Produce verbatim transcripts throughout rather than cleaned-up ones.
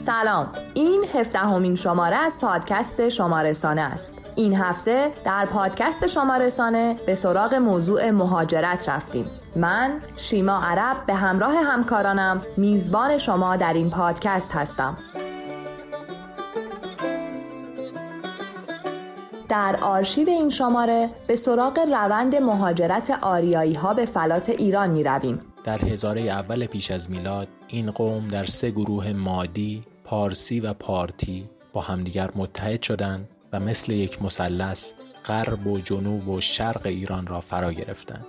سلام، این هفدهمین شماره از پادکست شمارسانه است. این هفته در پادکست شمارسانه به سراغ موضوع مهاجرت رفتیم. من شیما عرب به همراه همکارانم میزبان شما در این پادکست هستم. در آرشیو این شماره به سراغ روند مهاجرت آریایی ها به فلات ایران می رویم. در هزاره اول پیش از میلاد این قوم در سه گروه مادی، پارسی و پارتی با همدیگر متحد شدند و مثل یک مثلث غرب و جنوب و شرق ایران را فرا گرفتند.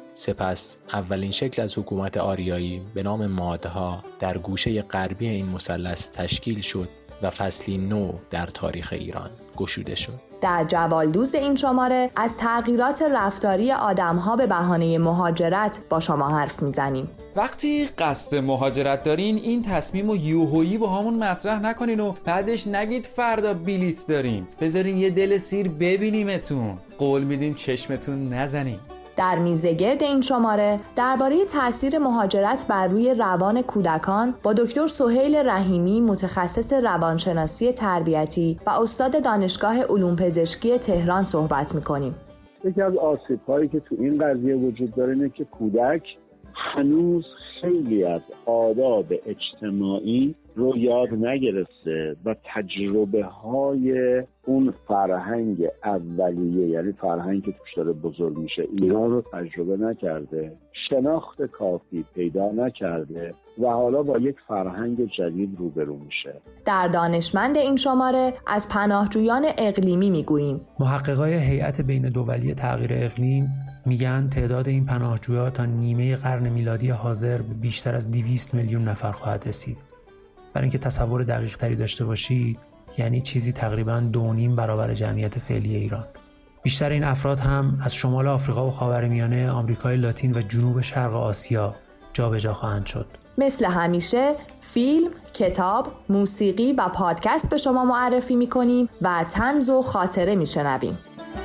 سپس اولین شکل از حکومت آریایی به نام مادها در گوشه غربی این مثلث تشکیل شد و فصلی نو در تاریخ ایران گشوده شد. در جوالدوز این شماره از تغییرات رفتاری آدم‌ها به بهانه مهاجرت با شما حرف میزنیم. وقتی قصد مهاجرت دارین این تصمیم رو یوهویی با همون مطرح نکنین و بعدش نگید فردا بلیت داریم. بذارین یه دل سیر ببینیمتون. قول میدیم چشمتون نزنین. در میزگرد این شماره درباره تأثیر مهاجرت بر روی روان کودکان با دکتر سهیل رحیمی متخصص روانشناسی تربیتی و استاد دانشگاه علوم پزشکی تهران صحبت می‌کنیم. یکی از آسیب‌هایی که تو این قضیه وجود داره اینه که کودک هنوز خیلی از آداب اجتماعی رو یاد نگرفته و تجربه های اون فرهنگ اولیه، یعنی فرهنگ که توش داره بزرگ میشه، ایران رو تجربه نکرده، شناخت کافی پیدا نکرده و حالا با یک فرهنگ جدید روبرو میشه. در دانشمند این شماره از پناهجویان اقلیمی میگوییم. محققای هیئت بین دولی تغییر اقلیم میگن تعداد این پناهجویان تا نیمه قرن میلادی حاضر به بیشتر از دویست میلیون نفر خواهد رسید. برای اینکه تصور دقیق تری داشته باشید، یعنی چیزی تقریباً دو نیم برابر جمعیت فعلی ایران. بیشتر این افراد هم از شمال آفریقا و خاورمیانه، آمریکای لاتین و جنوب شرق آسیا جابجا خواهند شد. مثل همیشه فیلم، کتاب، موسیقی و پادکست به شما معرفی می‌کنیم و طنز و خاطره می‌شنویم.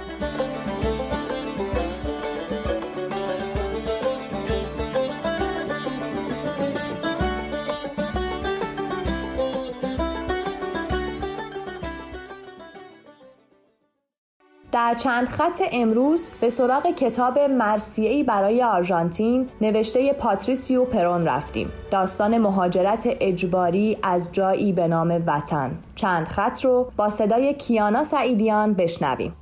در چند خط امروز به سراغ کتاب مرثیه‌ای برای آرژانتین نوشته پاتریسیو پرون رفتیم. داستان مهاجرت اجباری از جایی به نام وطن. چند خط رو با صدای کیانا سعیدیان بشنویم.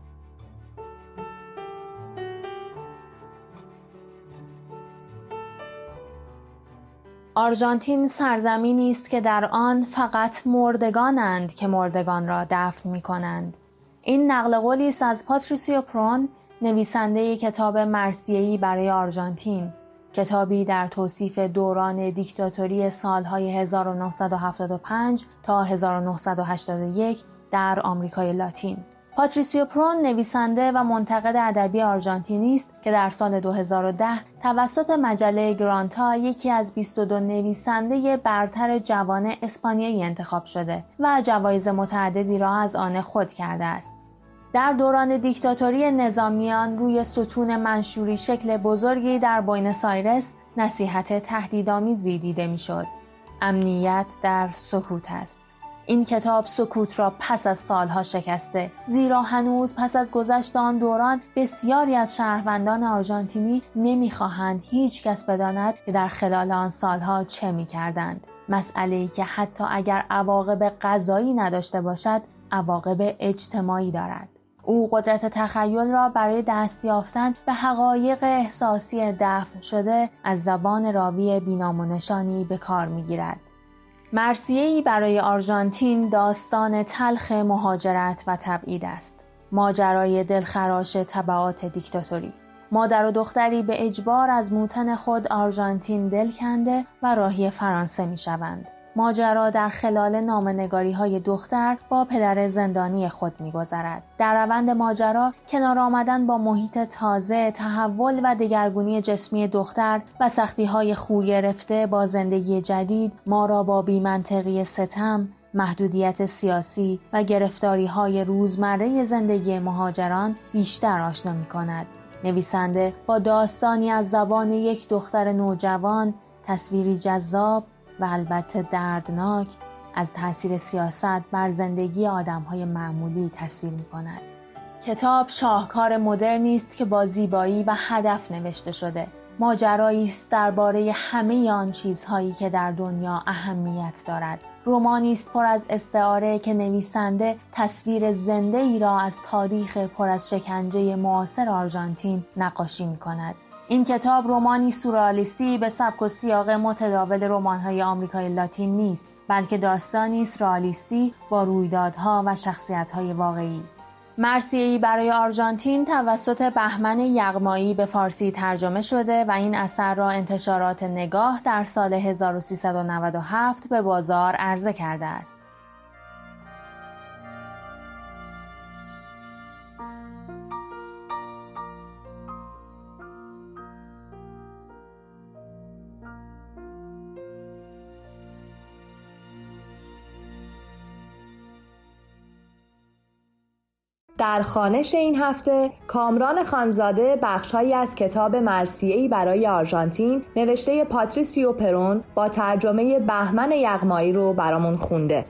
آرژانتین سرزمینی است که در آن فقط مردگانند که مردگان را دفن می‌کنند. این نقل قولی است از پاتریسیو پرون، نویسنده کتاب مرثیه‌ای برای آرژانتین، کتابی در توصیف دوران دیکتاتوری سالهای هزار و نهصد و هفتاد و پنج تا هزار و نهصد و هشتاد و یک در آمریکای لاتین. پاتریسیو پرون نویسنده و منتقد ادبی آرژانتینی است که در سال دو هزار و ده توسط مجله گرانتا یکی از بیست و دو نویسنده برتر جوان اسپانیایی انتخاب شده و جوایز متعددی را از آن خود کرده است. در دوران دیکتاتوری نظامیان روی ستون منشوری شکل بزرگی در بوئنوس آیرس نصیحت تهدیدآمیزی دیده میشد. امنیت در سکوت است. این کتاب سکوت را پس از سالها شکسته، زیرا هنوز پس از گذشت آن دوران بسیاری از شهروندان آرژانتینی نمی‌خواهند هیچ کس بداند که در خلال آن سالها چه می‌کردند. مسئله‌ای که حتی اگر عواقب قضایی نداشته باشد، عواقب اجتماعی دارد. او قدرت تخیل را برای دست یافتن به حقایق احساسی دفن شده از زبان راوی بی‌نام و نشانی به کار می‌گیرد. مرثیه‌ای برای آرژانتین داستان تلخ مهاجرت و تبعید است. ماجرای دلخراش تبعات دیکتاتوری. مادر و دختری به اجبار از موطن خود آرژانتین دل کنده و راهی فرانسه می شوند. ماجرا در خلال نامه‌نگاری‌های دختر با پدر زندانی خود می‌گذرد. در روند ماجرا کنار آمدن با محیط تازه، تحول و دگرگونی جسمی دختر و سختی‌های خو گرفته با زندگی جدید ما را با بی‌منطقی ستم، محدودیت سیاسی و گرفتاری‌های روزمره زندگی مهاجران بیشتر آشنا می‌کند. نویسنده با داستانی از زبان یک دختر نوجوان، تصویری جذاب و البته دردناک از تاثیر سیاست بر زندگی آدم‌های معمولی تصویر می‌کند. کتاب شاهکار مدرنی است که با زیبایی و هدف نوشته شده. ماجرایی است درباره همه آن چیزهایی که در دنیا اهمیت دارد. رمانی است پر از استعاره که نویسنده تصویر زنده ای را از تاریخ پر از شکنجه معاصر آرژانتین نقاشی می‌کند. این کتاب رمانی سورئالیستی به سبک و سیاق متداول رمان‌های آمریکای لاتین نیست، بلکه داستانی است رئالیستی با رویدادها و شخصیت‌های واقعی. مرثیه‌ای برای آرژانتین توسط بهمن یغمایی به فارسی ترجمه شده و این اثر را انتشارات نگاه در سال هزار و سیصد و نود و هفت به بازار عرضه کرده است. در خوانش این هفته کامران خانزاده بخش‌هایی از کتاب مرثیه‌ای برای آرژانتین نوشته پاتریسیو پرون با ترجمه بهمن یغمایی رو برامون خونده.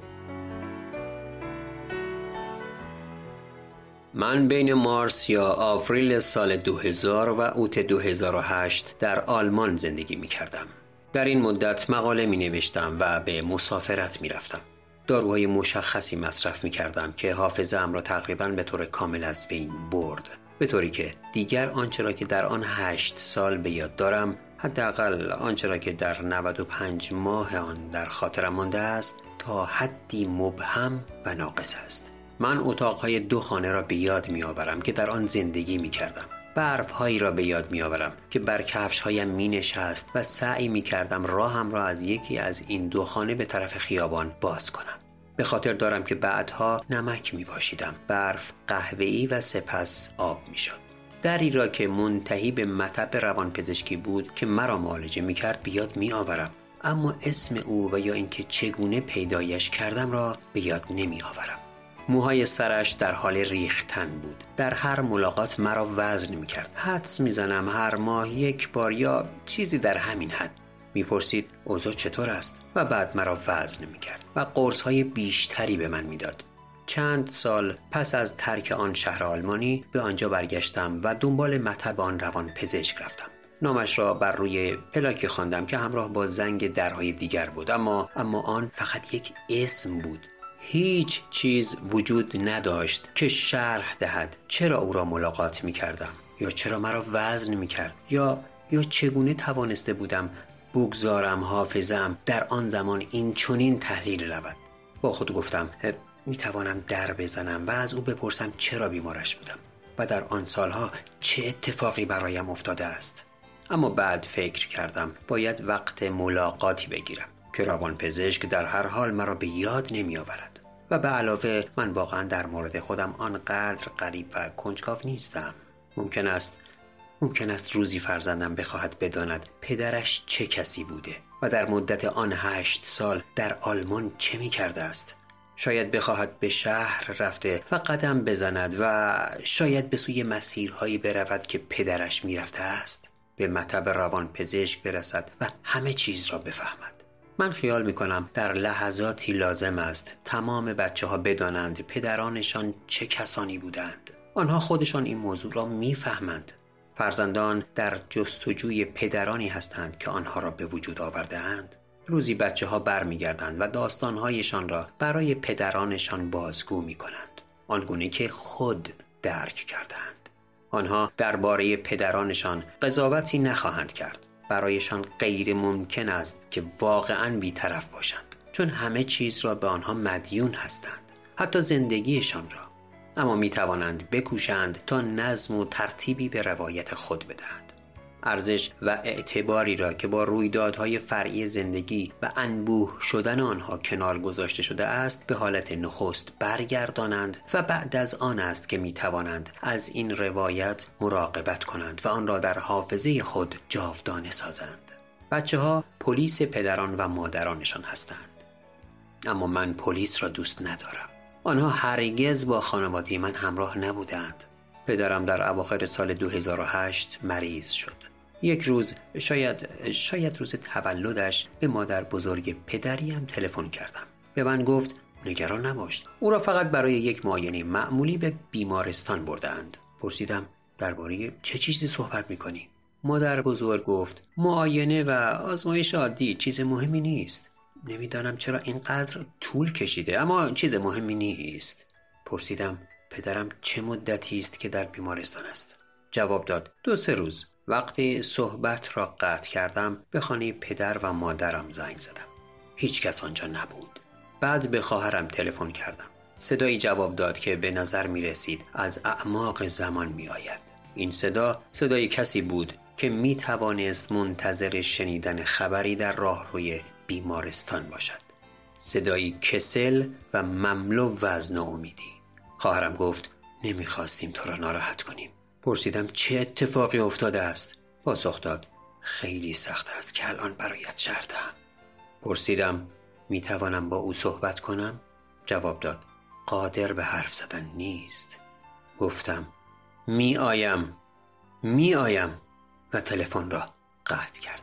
من بین مارس یا آوریل سال دو هزار و اوت دو هزار و هشت در آلمان زندگی می کردم. در این مدت مقاله می نوشتم و به مسافرت می رفتم. داروهای مشخصی مصرف می کردم که حافظه‌ام را تقریباً به طور کامل از بین برد، به طوری که دیگر آنچه را که در آن هشت سال به یاد دارم، حداقل آنچه را که در نود و پنج ماه آن در خاطرم مانده است، تا حدی مبهم و ناقص است. من اتاقهای دو خانه را به یاد می آورم که در آن زندگی می کردم. برفهایی را به یاد می آورم که بر کفشهایم می نشست و سعی می کردم راهم را از یکی از این دو خانه به طرف خیابان باز کنم. به خاطر دارم که بعدها نمک می پاشیدم. برف قهوه‌ای و سپس آب می شد. دری را که منتهی به مطب روانپزشکی بود که مرا معالجه می کرد به یاد می آورم. اما اسم او و یا اینکه چگونه پیدایش کردم را به یاد نمی آورم. موهای سرش در حال ریختن بود. در هر ملاقات مرا وزن می کرد. حدس می زنم هر ماه یک بار یا چیزی در همین حد. می پرسید اوضاع چطور است و بعد مرا وزن می کرد و قرص های بیشتری به من می داد. چند سال پس از ترک آن شهر آلمانی به آنجا برگشتم و دنبال مطب آن روان پزشک رفتم. نامش را بر روی پلاکی خواندم که همراه با زنگ درهای دیگر بود، اما اما آن فقط یک اسم بود. هیچ چیز وجود نداشت که شرح دهد چرا او را ملاقات می کردم یا چرا مرا وزن می کرد یا یا چگونه توانسته بودم بگذارم حافظم در آن زمان این چنین تحلیل رود. با خود گفتم می توانم در بزنم و از او بپرسم چرا بیمارش بودم و در آن سالها چه اتفاقی برایم افتاده است. اما بعد فکر کردم باید وقت ملاقاتی بگیرم که روانپزشک در هر حال مرا به یاد نمی آورد و به علاوه من واقعا در مورد خودم آنقدر غریب و کنجکاو نیستم. ممکن است ممکن است روزی فرزندم بخواهد بداند پدرش چه کسی بوده و در مدت آن هشت سال در آلمان چه می کرده است. شاید بخواهد به شهر رفته و قدم بزند و شاید به سوی مسیرهایی برود که پدرش می رفته است، به مطب روان پزشک برسد و همه چیز را بفهمد. من خیال می کنم در لحظاتی لازم است تمام بچه ها بدانند پدرانشان چه کسانی بودند. آنها خودشان این موضوع را می فهمند. فرزندان در جستجوی پدرانی هستند که آنها را به وجود آورده اند. روزی بچه ها بر می گردند و داستانهایشان را برای پدرانشان بازگو می کنند، آنگونه که خود درک کردند. آنها درباره پدرانشان قضاوتی نخواهند کرد. برایشان غیر ممکن است که واقعاً بی‌طرف باشند، چون همه چیز را به آنها مدیون هستند، حتی زندگیشان را. اما می توانند بکوشند تا نظم و ترتیبی به روایت خود بدهند. ارزش و اعتباری را که با رویدادهای فرعی زندگی و انبوه شدن آنها کنار گذاشته شده است به حالت نخست برگردانند و بعد از آن است که می توانند از این روایت مراقبت کنند و آن را در حافظه خود جاودانه سازند. بچه ها پلیس پدران و مادرانشان هستند، اما من پلیس را دوست ندارم. آنها هرگز با خانواده من همراه نبودند. پدرم در اواخر سال دو هزار و هشت مریض شد. یک روز شاید شاید روز تولدش به مادر بزرگ پدریم تلفن کردم. به من گفت نگران نباش، او را فقط برای یک معاینه معمولی به بیمارستان بردند. پرسیدم درباره چه چیزی صحبت میکنی؟ مادر بزرگ گفت معاینه و آزمایش عادی، چیز مهمی نیست. نمیدانم چرا اینقدر طول کشیده، اما چیز مهمی نیست. پرسیدم پدرم چه مدتی است که در بیمارستان است؟ جواب داد دو سه روز. وقتی صحبت را قطع کردم به خانه پدر و مادرم زنگ زدم. هیچ کس آنجا نبود. بعد به خواهرم تلفن کردم. صدایی جواب داد که به نظر می رسید از اعماق زمان می آید. این صدا صدای کسی بود که می توانست منتظر شنیدن خبری در راهروی بیمارستان باشد. صدایی کسل و مملو از ناامیدی. خواهرم گفت نمی خواستیم تو را ناراحت کنیم. پرسیدم چه اتفاقی افتاده است؟ پاسخ داد خیلی سخت است که الان برایت شرح دهم. پرسیدم می توانم با او صحبت کنم؟ جواب داد قادر به حرف زدن نیست. گفتم می آیم می آیم و تلفن را قطع کردم.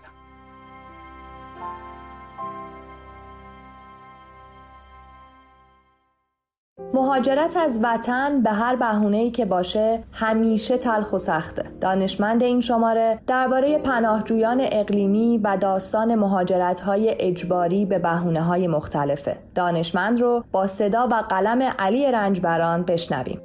مهاجرت از وطن به هر بهونه‌ای که باشه همیشه تلخ و سخته. دانشمند این شماره درباره پناهجویان اقلیمی و داستان مهاجرت‌های اجباری به بهونه‌های مختلفه. دانشمند رو با صدا و قلم علی رنجبران بشنویم.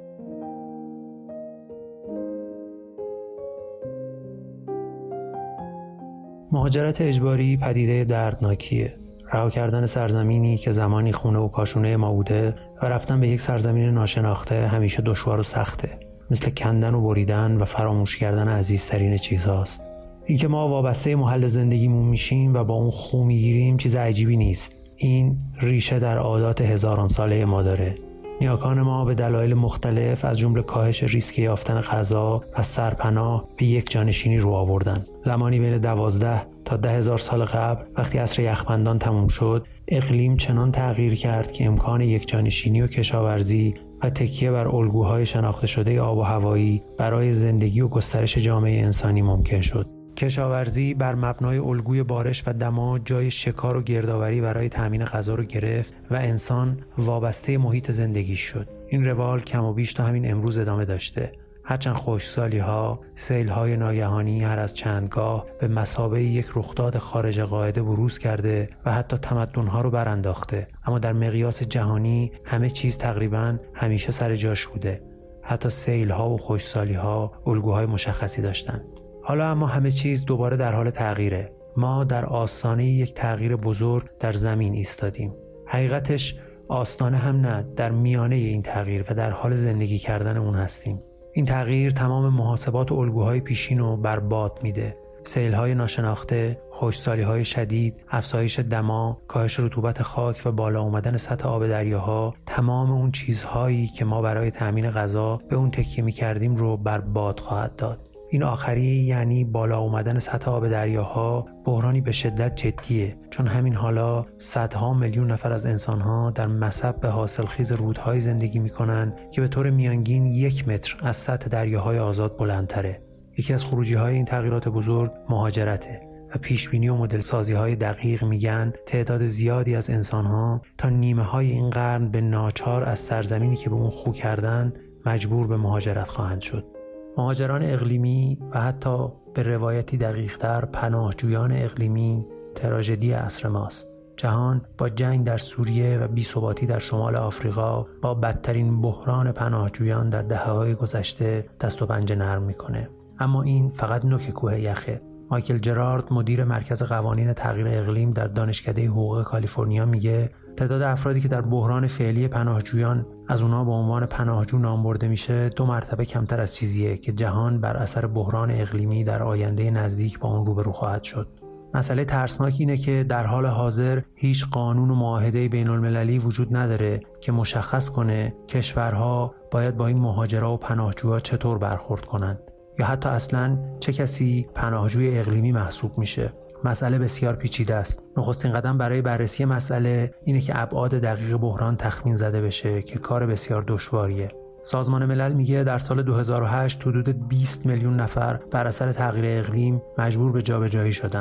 مهاجرت اجباری پدیده دردناکیه. رها کردن سرزمینی که زمانی خونه و کاشونه ما بوده و رفتن به یک سرزمین ناشناخته همیشه دشوار و سخته. مثل کندن و بریدن و فراموش کردن عزیزترین چیزهاست. اینکه ما وابسته محل زندگیمون میشیم و با اون خو میگیریم چیز عجیبی نیست. این ریشه در عادات هزاران ساله ما داره. نیاکان ما به دلایل مختلف از جمله کاهش ریسک یافتن غذا و سرپناه به یک جانشینی رو آوردن. زمانی بین دوازده تا ده هزار سال قبل وقتی عصر یخبندان تموم شد، اقلیم چنان تغییر کرد که امکان یک جانشینی و کشاورزی و تکیه بر الگوهای شناخته شده آب و هوایی برای زندگی و گسترش جامعه انسانی ممکن شد. کشاورزی بر مبنای الگوی بارش و دما جای شکار و گردآوری برای تامین غذا رو گرفت و انسان وابسته محیط زندگی شد. این روال کم و بیش تا همین امروز ادامه داشته. هرچند خشکسالی‌ها، سیل‌های ناگهانی هر از چندگاه به مثابه یک رخداد خارج قاعده بروز کرده و حتی تمدن‌ها رو برانداخته، اما در مقیاس جهانی همه چیز تقریباً همیشه سر جاش بوده. حتی سیل‌ها و خشکسالی‌ها الگوهای مشخصی داشتند. حالا اما همه چیز دوباره در حال تغییره. ما در آستانه یک تغییر بزرگ در زمین ایستادیم. حقیقتش آستانه هم نه، در میانه این تغییر و در حال زندگی کردن اون هستیم. این تغییر تمام محاسبات و الگوهای پیشین رو برباد میده. سیل‌های ناشناخته، خشکسالی‌های شدید، افزایش دما، کاهش رطوبت خاک و بالا اومدن سطح آب دریاها، تمام اون چیزهایی که ما برای تامین غذا به اون تکیه می‌کردیم رو برباد خواهد داد. این آخری یعنی بالا اومدن سطح آب دریاها بحرانی به شدت جدیه، چون همین حالا صدها میلیون نفر از انسانها در مصب حاصلخیز رودهای زندگی میکنن که به طور میانگین یک متر از سطح دریاهای آزاد بلندتره. یکی از خروجی‌های این تغییرات بزرگ مهاجرته و پیشبینی و مدل سازی‌های دقیق میگن تعداد زیادی از انسانها تا نیمه‌های این قرن به ناچار از سرزمینی که به اون خو کردن مجبور به مهاجرت خواهند شد. مهاجران اقلیمی و حتی به روایتی دقیق‌تر پناهجویان اقلیمی تراژدی عصر ماست. جهان با جنگ در سوریه و بی‌ثباتی در شمال آفریقا با بدترین بحران پناهجویان در دهه‌های گذشته دست و پنجه نرم میکنه. اما این فقط نوک کوه یخه. مایکل جرارد مدیر مرکز قوانین تغییر اقلیم در دانشکده حقوق کالیفرنیا میگه تعداد افرادی که در بحران فعلی پناهجویان از اونها به عنوان پناهجو نام برده میشه دو مرتبه کمتر از چیزیه که جهان بر اثر بحران اقلیمی در آینده نزدیک با اون روبرو خواهد شد. مسئله ترسناک اینه که در حال حاضر هیچ قانون و معاهده بین المللی وجود نداره که مشخص کنه کشورها باید با این مهاجرا و پناهجوها چطور برخورد کنند یا حتی اصلاً چه کسی پناهجوی اقلیمی محسوب میشه. مسئله بسیار پیچیده است. نخستین قدم برای بررسی مسئله اینه که ابعاد دقیق بحران تخمین زده بشه که کار بسیار دشواریه. سازمان ملل میگه در سال دو هزار و هشت حدود بیست میلیون نفر بر اثر تغییر اقلیم مجبور به جابجایی شدن.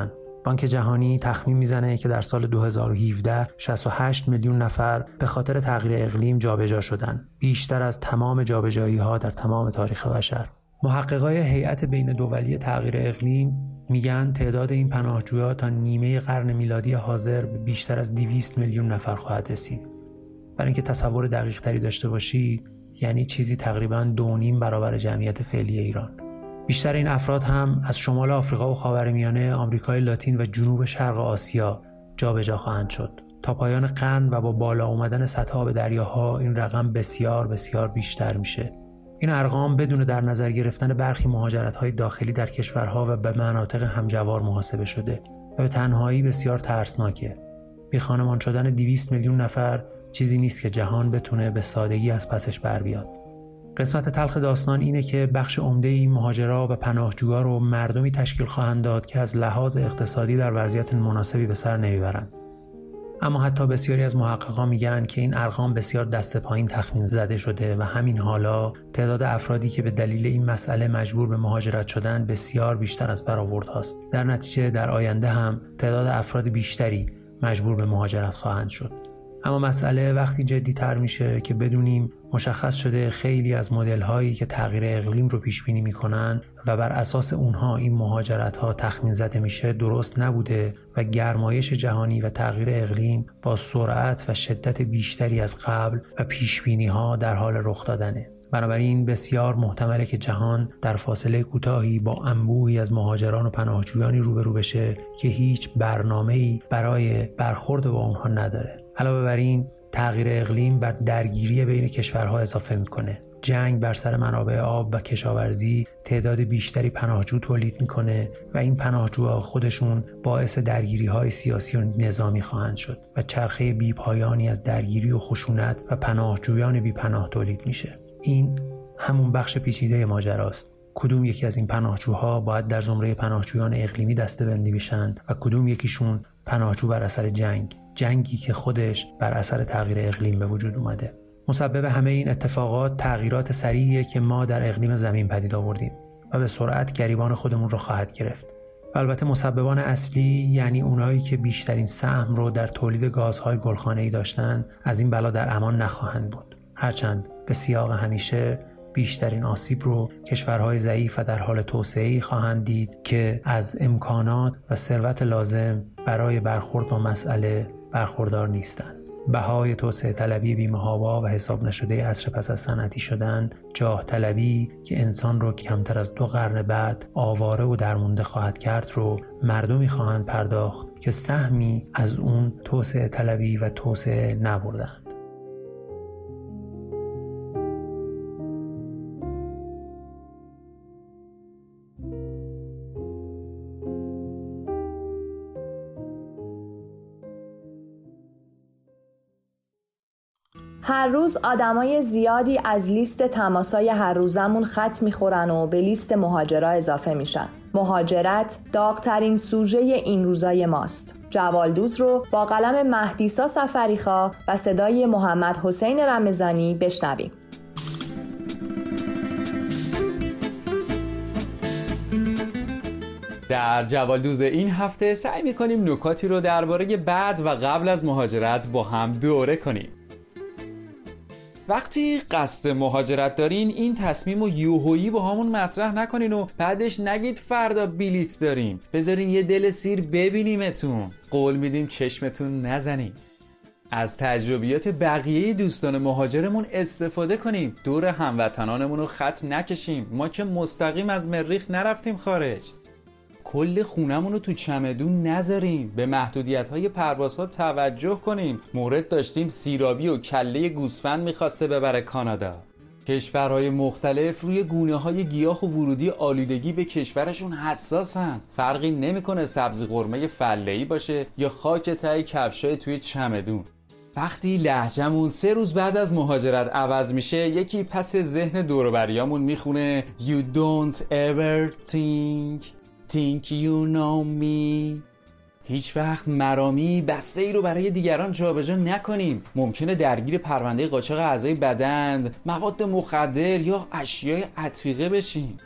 بانک جهانی تخمین میزنه که در سال دو هزار و هفده شصت و هشت میلیون نفر به خاطر تغییر اقلیم جابجا شدن، بیشتر از تمام جابجایی‌ها در تمام تاریخ بشر. محققای هیئت بین‌الدولی تغییر اقلیم میگن تعداد این پناهجویان تا نیمه قرن میلادی حاضر به بیشتر از دویست میلیون نفر خواهد رسید. برای اینکه تصور دقیق تری داشته باشید، یعنی چیزی تقریباً دو نیم برابر جمعیت فعلی ایران. بیشتر این افراد هم از شمال آفریقا و خاورمیانه، آمریکای لاتین و جنوب شرق آسیا جابجا خواهند شد. تا پایان قرن و با بالا اومدن سطح آب دریاها این رقم بسیار بسیار بیشتر میشه. این ارقام بدون در نظر گرفتن برخی مهاجرت‌های داخلی در کشورها و به مناطق همجوار محاسبه شده و به تنهایی بسیار ترسناکه. بی خانمان شدن دویست میلیون نفر چیزی نیست که جهان بتونه به سادگی از پسش بر بیاد. قسمت تلخ داستان اینه که بخش عمده این مهاجرا و پناهجوها رو مردمی تشکیل خواهند داد که از لحاظ اقتصادی در وضعیت مناسبی به سر نمیبرن. اما حتی بسیاری از محققان میگن که این ارقام بسیار دست پایین تخمین زده شده و همین حالا تعداد افرادی که به دلیل این مسئله مجبور به مهاجرت شدن بسیار بیشتر از برآوردهاست. در نتیجه در آینده هم تعداد افراد بیشتری مجبور به مهاجرت خواهند شد. اما مسئله وقتی جدی تر میشه که بدونیم مشخص شده خیلی از مدل هایی که تغییر اقلیم رو پیش بینی میکنن و بر اساس اونها این مهاجرت ها تخمین زده میشه درست نبوده و گرمایش جهانی و تغییر اقلیم با سرعت و شدت بیشتری از قبل و پیش بینی ها در حال رخ دادنه. بنابراین بسیار محتمله که جهان در فاصله کوتاهی با انبوهی از مهاجران و پناهجویانی روبرو بشه که هیچ برنامه‌ای برای برخورد با اونها نداره. علاوه بر این، تغییر اقلیم بر درگیری بین کشورها اضافه میکنه. جنگ بر سر منابع آب و کشاورزی تعداد بیشتری پناهجو تولید میکنه و این پناهجوها خودشون باعث درگیری‌های سیاسی و نظامی خواهند شد و چرخه بی‌پایانی از درگیری و خشونت و پناهجویان بی‌پناه تولید میشه. این همون بخش پیچیده ماجراست. کدوم یکی از این پناهجوها باید در زمره پناهجویان اقلیمی دسته‌بندی بشن و کدوم یکیشون پناهجو بر اثر جنگ، جنگی که خودش بر اثر تغییر اقلیم به وجود اومده. مسبب همه این اتفاقات تغییرات سریعیه که ما در اقلیم زمین پدید آوردیم و به سرعت گریبان خودمون رو خواهد گرفت. و البته مسببان اصلی، یعنی اونایی که بیشترین سهم رو در تولید گازهای گلخانه‌ای داشتن، از این بلا در امان نخواهند بود. هرچند به سیاق همیشه بیشترین آسیب رو کشورهای ضعیف و در حال توسعه‌ای خواهند دید که از امکانات و ثروت لازم برای برخورد با مسئله برخوردار نیستند. بهای توسعه طلبی بی‌محابا و حساب نشده عصر پس از صنعتی شدن، جاه طلبی که انسان رو کمتر از دو قرن بعد آواره و درمونده خواهد کرد رو مردمی خواهند پرداخت که سهمی از اون توسعه طلبی و توسعه نبردند. هر روز آدمای زیادی از لیست تماسای هر روزمون خط میخورن و به لیست مهاجرا اضافه میشن. مهاجرت داغ‌ترین سوژه این روزای ماست. جوالدوز رو با قلم مهدیسا سفریخا و صدای محمد حسین رمضانی بشنویم. در جوالدوز این هفته سعی میکنیم نکاتی رو درباره بعد و قبل از مهاجرت با هم دوره کنیم. وقتی قصد مهاجرت دارین، این تصمیم رو یوهویی با همون مطرح نکنین و بعدش نگید فردا بلیت داریم. بذارین یه دل سیر ببینیمتون. قول میدیم چشمتون نزنیم. از تجربیات بقیه دوستان مهاجرمون استفاده کنیم. دور هموطنانمون رو خط نکشیم. ما که مستقیم از مریخ نرفتیم خارج. کل خونمون رو تو چمدون نذاریم. به محدودیت‌های پروازها توجه کنیم. مورد داشتیم سیرابی و کله گوسفند می‌خواسته ببره کانادا. کشورهای مختلف روی گونه‌های گیاه و ورودی آلودگی به کشورشون حساسن. فرقی نمی‌کنه سبزی قرمه فله‌ای باشه یا خاک ته کفشای توی چمدون. وقتی لهجه‌مون سه روز بعد از مهاجرت عوض میشه، یکی پس ذهن دور و بریامون میخونه You don't ever think think you know me. هیچ وقت مرامی بسته ای رو برای دیگران جابجا نکنیم. ممکنه درگیر پرونده قاچاق اعضای بدن، مواد مخدر یا اشیاء عتیقه بشیم.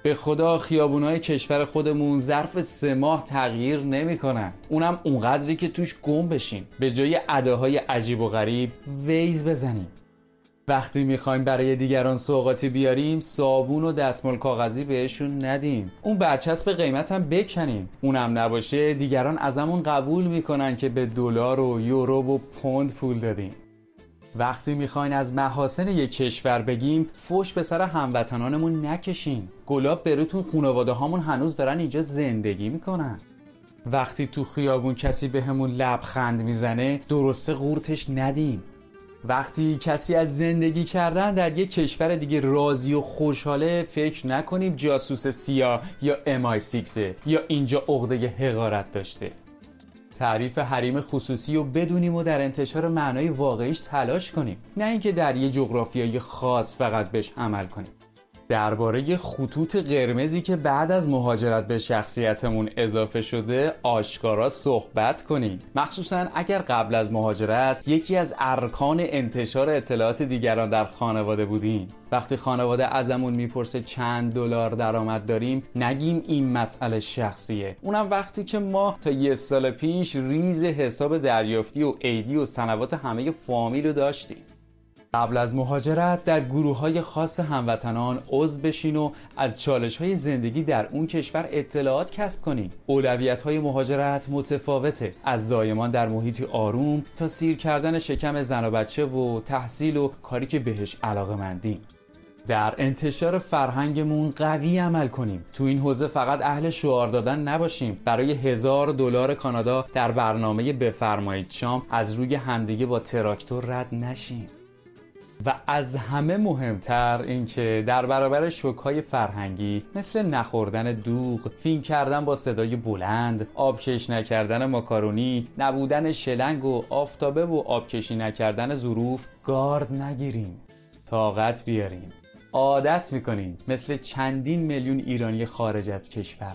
به خدا خیابونای کشور خودمون ظرف سه ماه تغییر نمیکنن، اونم اونقدری که توش گم بشیم. به جای اداهای عجیب و غریب ویز بزنیم. وقتی میخوایم برای دیگران سوغاتی بیاریم صابون و دستمال کاغذی بهشون ندیم، اون برچسب قیمت هم بکنیم. اونم نباشه دیگران ازمون قبول میکنن که به دلار و یورو و پوند پول دادیم. وقتی میخواین از محاسن یک کشور بگیم فوش به سر هموطنانمون نکشین. گلاب بروتون خانواده هامون هنوز دارن اینجا زندگی میکنن. وقتی تو خیابون کسی به همون لبخند میزنه درسته قورتش ندیم. وقتی کسی از زندگی کردن در یک کشور دیگه راضی و خوشحاله فکر نکنیم جاسوس سیاه یا ام آی سیکس یا اینجا عقده حقارت داشته. تعریف حریم خصوصی رو بدونیم و در انتشار معنای واقعیش تلاش کنیم، نه اینکه در یه جغرافیای خاص فقط بهش عمل کنیم. درباره خطوط قرمزی که بعد از مهاجرت به شخصیتمون اضافه شده آشکارا صحبت کنیم، مخصوصا اگر قبل از مهاجرت یکی از ارکان انتشار اطلاعات دیگران در خانواده بودیم. وقتی خانواده ازمون میپرسه چند دلار درآمد داریم نگیم این مسئله شخصیه، اونم وقتی که ما تا یه سال پیش ریز حساب دریافتی و عیدی و سنوات همه فامیل رو داشتیم. قبل از مهاجرت در گروه‌های خاص هموطنان عضو بشین و از چالش‌های زندگی در اون کشور اطلاعات کسب کنین. اولویت‌های مهاجرت متفاوته، از زایمان در محیطی آروم تا سیر کردن شکم زن و بچه و تحصیل و کاری که بهش علاقه‌مندیم. در انتشار فرهنگمون قوی عمل کنیم. تو این حوزه فقط اهل شعار دادن نباشیم. برای هزار دلار کانادا در برنامه بفرمایید شام از روی همدیگه با تراکتور رد نشیم. و از همه مهمتر این که در برابر شوک‌های فرهنگی مثل نخوردن دوغ، فین کردن با صدای بلند، آبکش نکردن ماکارونی، نبودن شلنگ و آفتابه و آبکشی نکردن ظروف گارد نگیریم. طاقت بیاریم. عادت میکنیم مثل چندین میلیون ایرانی خارج از کشور.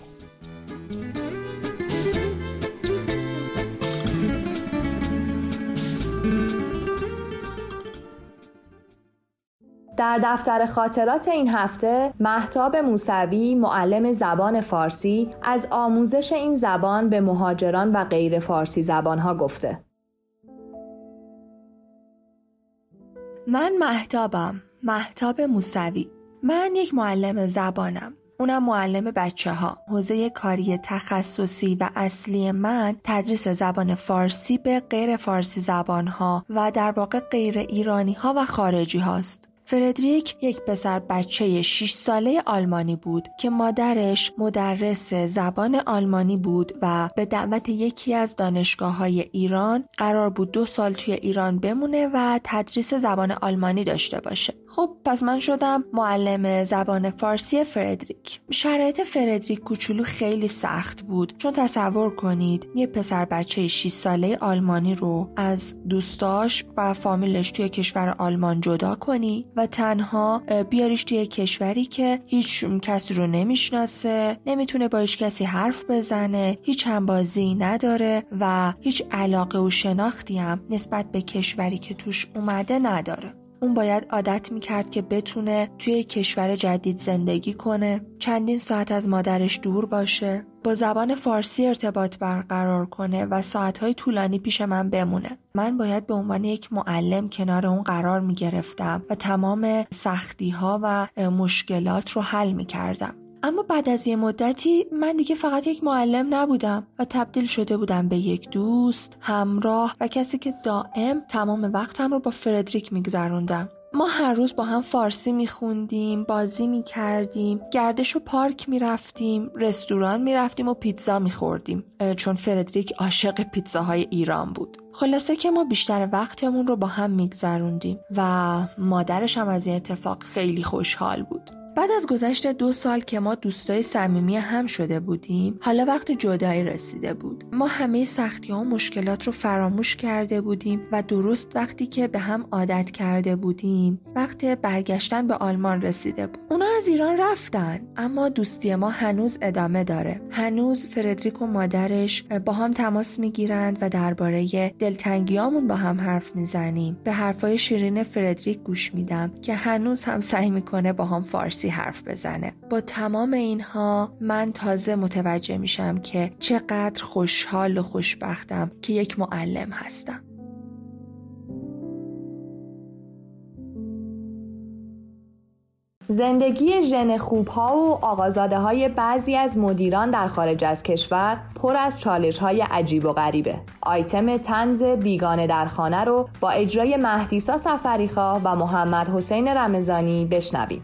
در دفتر خاطرات این هفته مهتاب موسوی معلم زبان فارسی از آموزش این زبان به مهاجران و غیر فارسی زبانها گفته. من مهتابم، مهتاب موسوی. من یک معلم زبانم. اونم معلم بچه ها. حوزه کاری تخصصی و اصلی من تدریس زبان فارسی به غیر فارسی زبان ها و در واقع غیر ایرانی ها و خارجی هاست. فردریک یک پسر بچه شش ساله آلمانی بود که مادرش مدرس زبان آلمانی بود و به دعوت یکی از دانشگاه‌های ایران قرار بود دو سال توی ایران بمونه و تدریس زبان آلمانی داشته باشه. خب پس من شدم معلم زبان فارسی فردریک. شرایط فردریک کوچولو خیلی سخت بود، چون تصور کنید یه پسر بچه شش ساله آلمانی رو از دوستاش و فامیلش توی کشور آلمان جدا کنی و تنها بیاریش توی کشوری که هیچ کسی رو نمیشناسه، نمیتونه با هیچ کسی حرف بزنه، هیچ همبازی نداره و هیچ علاقه و شناختی هم نسبت به کشوری که توش اومده نداره. اون باید عادت میکرد که بتونه توی کشور جدید زندگی کنه، چندین ساعت از مادرش دور باشه، با زبان فارسی ارتباط برقرار کنه و ساعتهای طولانی پیش من بمونه. من باید به عنوان یک معلم کنار اون قرار میگرفتم و تمام سختی‌ها و مشکلات رو حل میکردم. اما بعد از یه مدتی من دیگه فقط یک معلم نبودم و تبدیل شده بودم به یک دوست، همراه و کسی که دائم تمام وقتم رو با فردریک میگذروندم. ما هر روز با هم فارسی میخوندیم، بازی میکردیم، گردش و پارک میرفتیم، رستوران میرفتیم و پیتزا میخوردیم، چون فردریک عاشق پیتزاهای ایران بود. خلاصه که ما بیشتر وقتمون رو با هم میگذروندیم و مادرش هم از این اتفاق خیلی خوشحال بود. بعد از گذشت دو سال که ما دوستای صمیمی هم شده بودیم، حالا وقت جدایی رسیده بود. ما همه سختی‌ها و مشکلات رو فراموش کرده بودیم و درست وقتی که به هم عادت کرده بودیم، وقت برگشتن به آلمان رسیده بود. اونا از ایران رفتن، اما دوستی ما هنوز ادامه داره. هنوز فردریک و مادرش با هم تماس میگیرند و درباره دلتنگیامون با هم حرف میزنیم. به حرفای شیرین فردریک گوش میدم که هنوز هم سعی میکنه با هم فارسی فارسی حرف بزنه. با تمام اینها من تازه متوجه میشم که چقدر خوشحال و خوشبختم که یک معلم هستم. زندگی ژن خوب‌ها و آقازاده‌های بعضی از مدیران در خارج از کشور پر از چالش‌های عجیب و غریبه. آیتم طنز بیگانه در خانه رو با اجرای مهدیسا سفریخا و محمد حسین رمضانی بشنویم.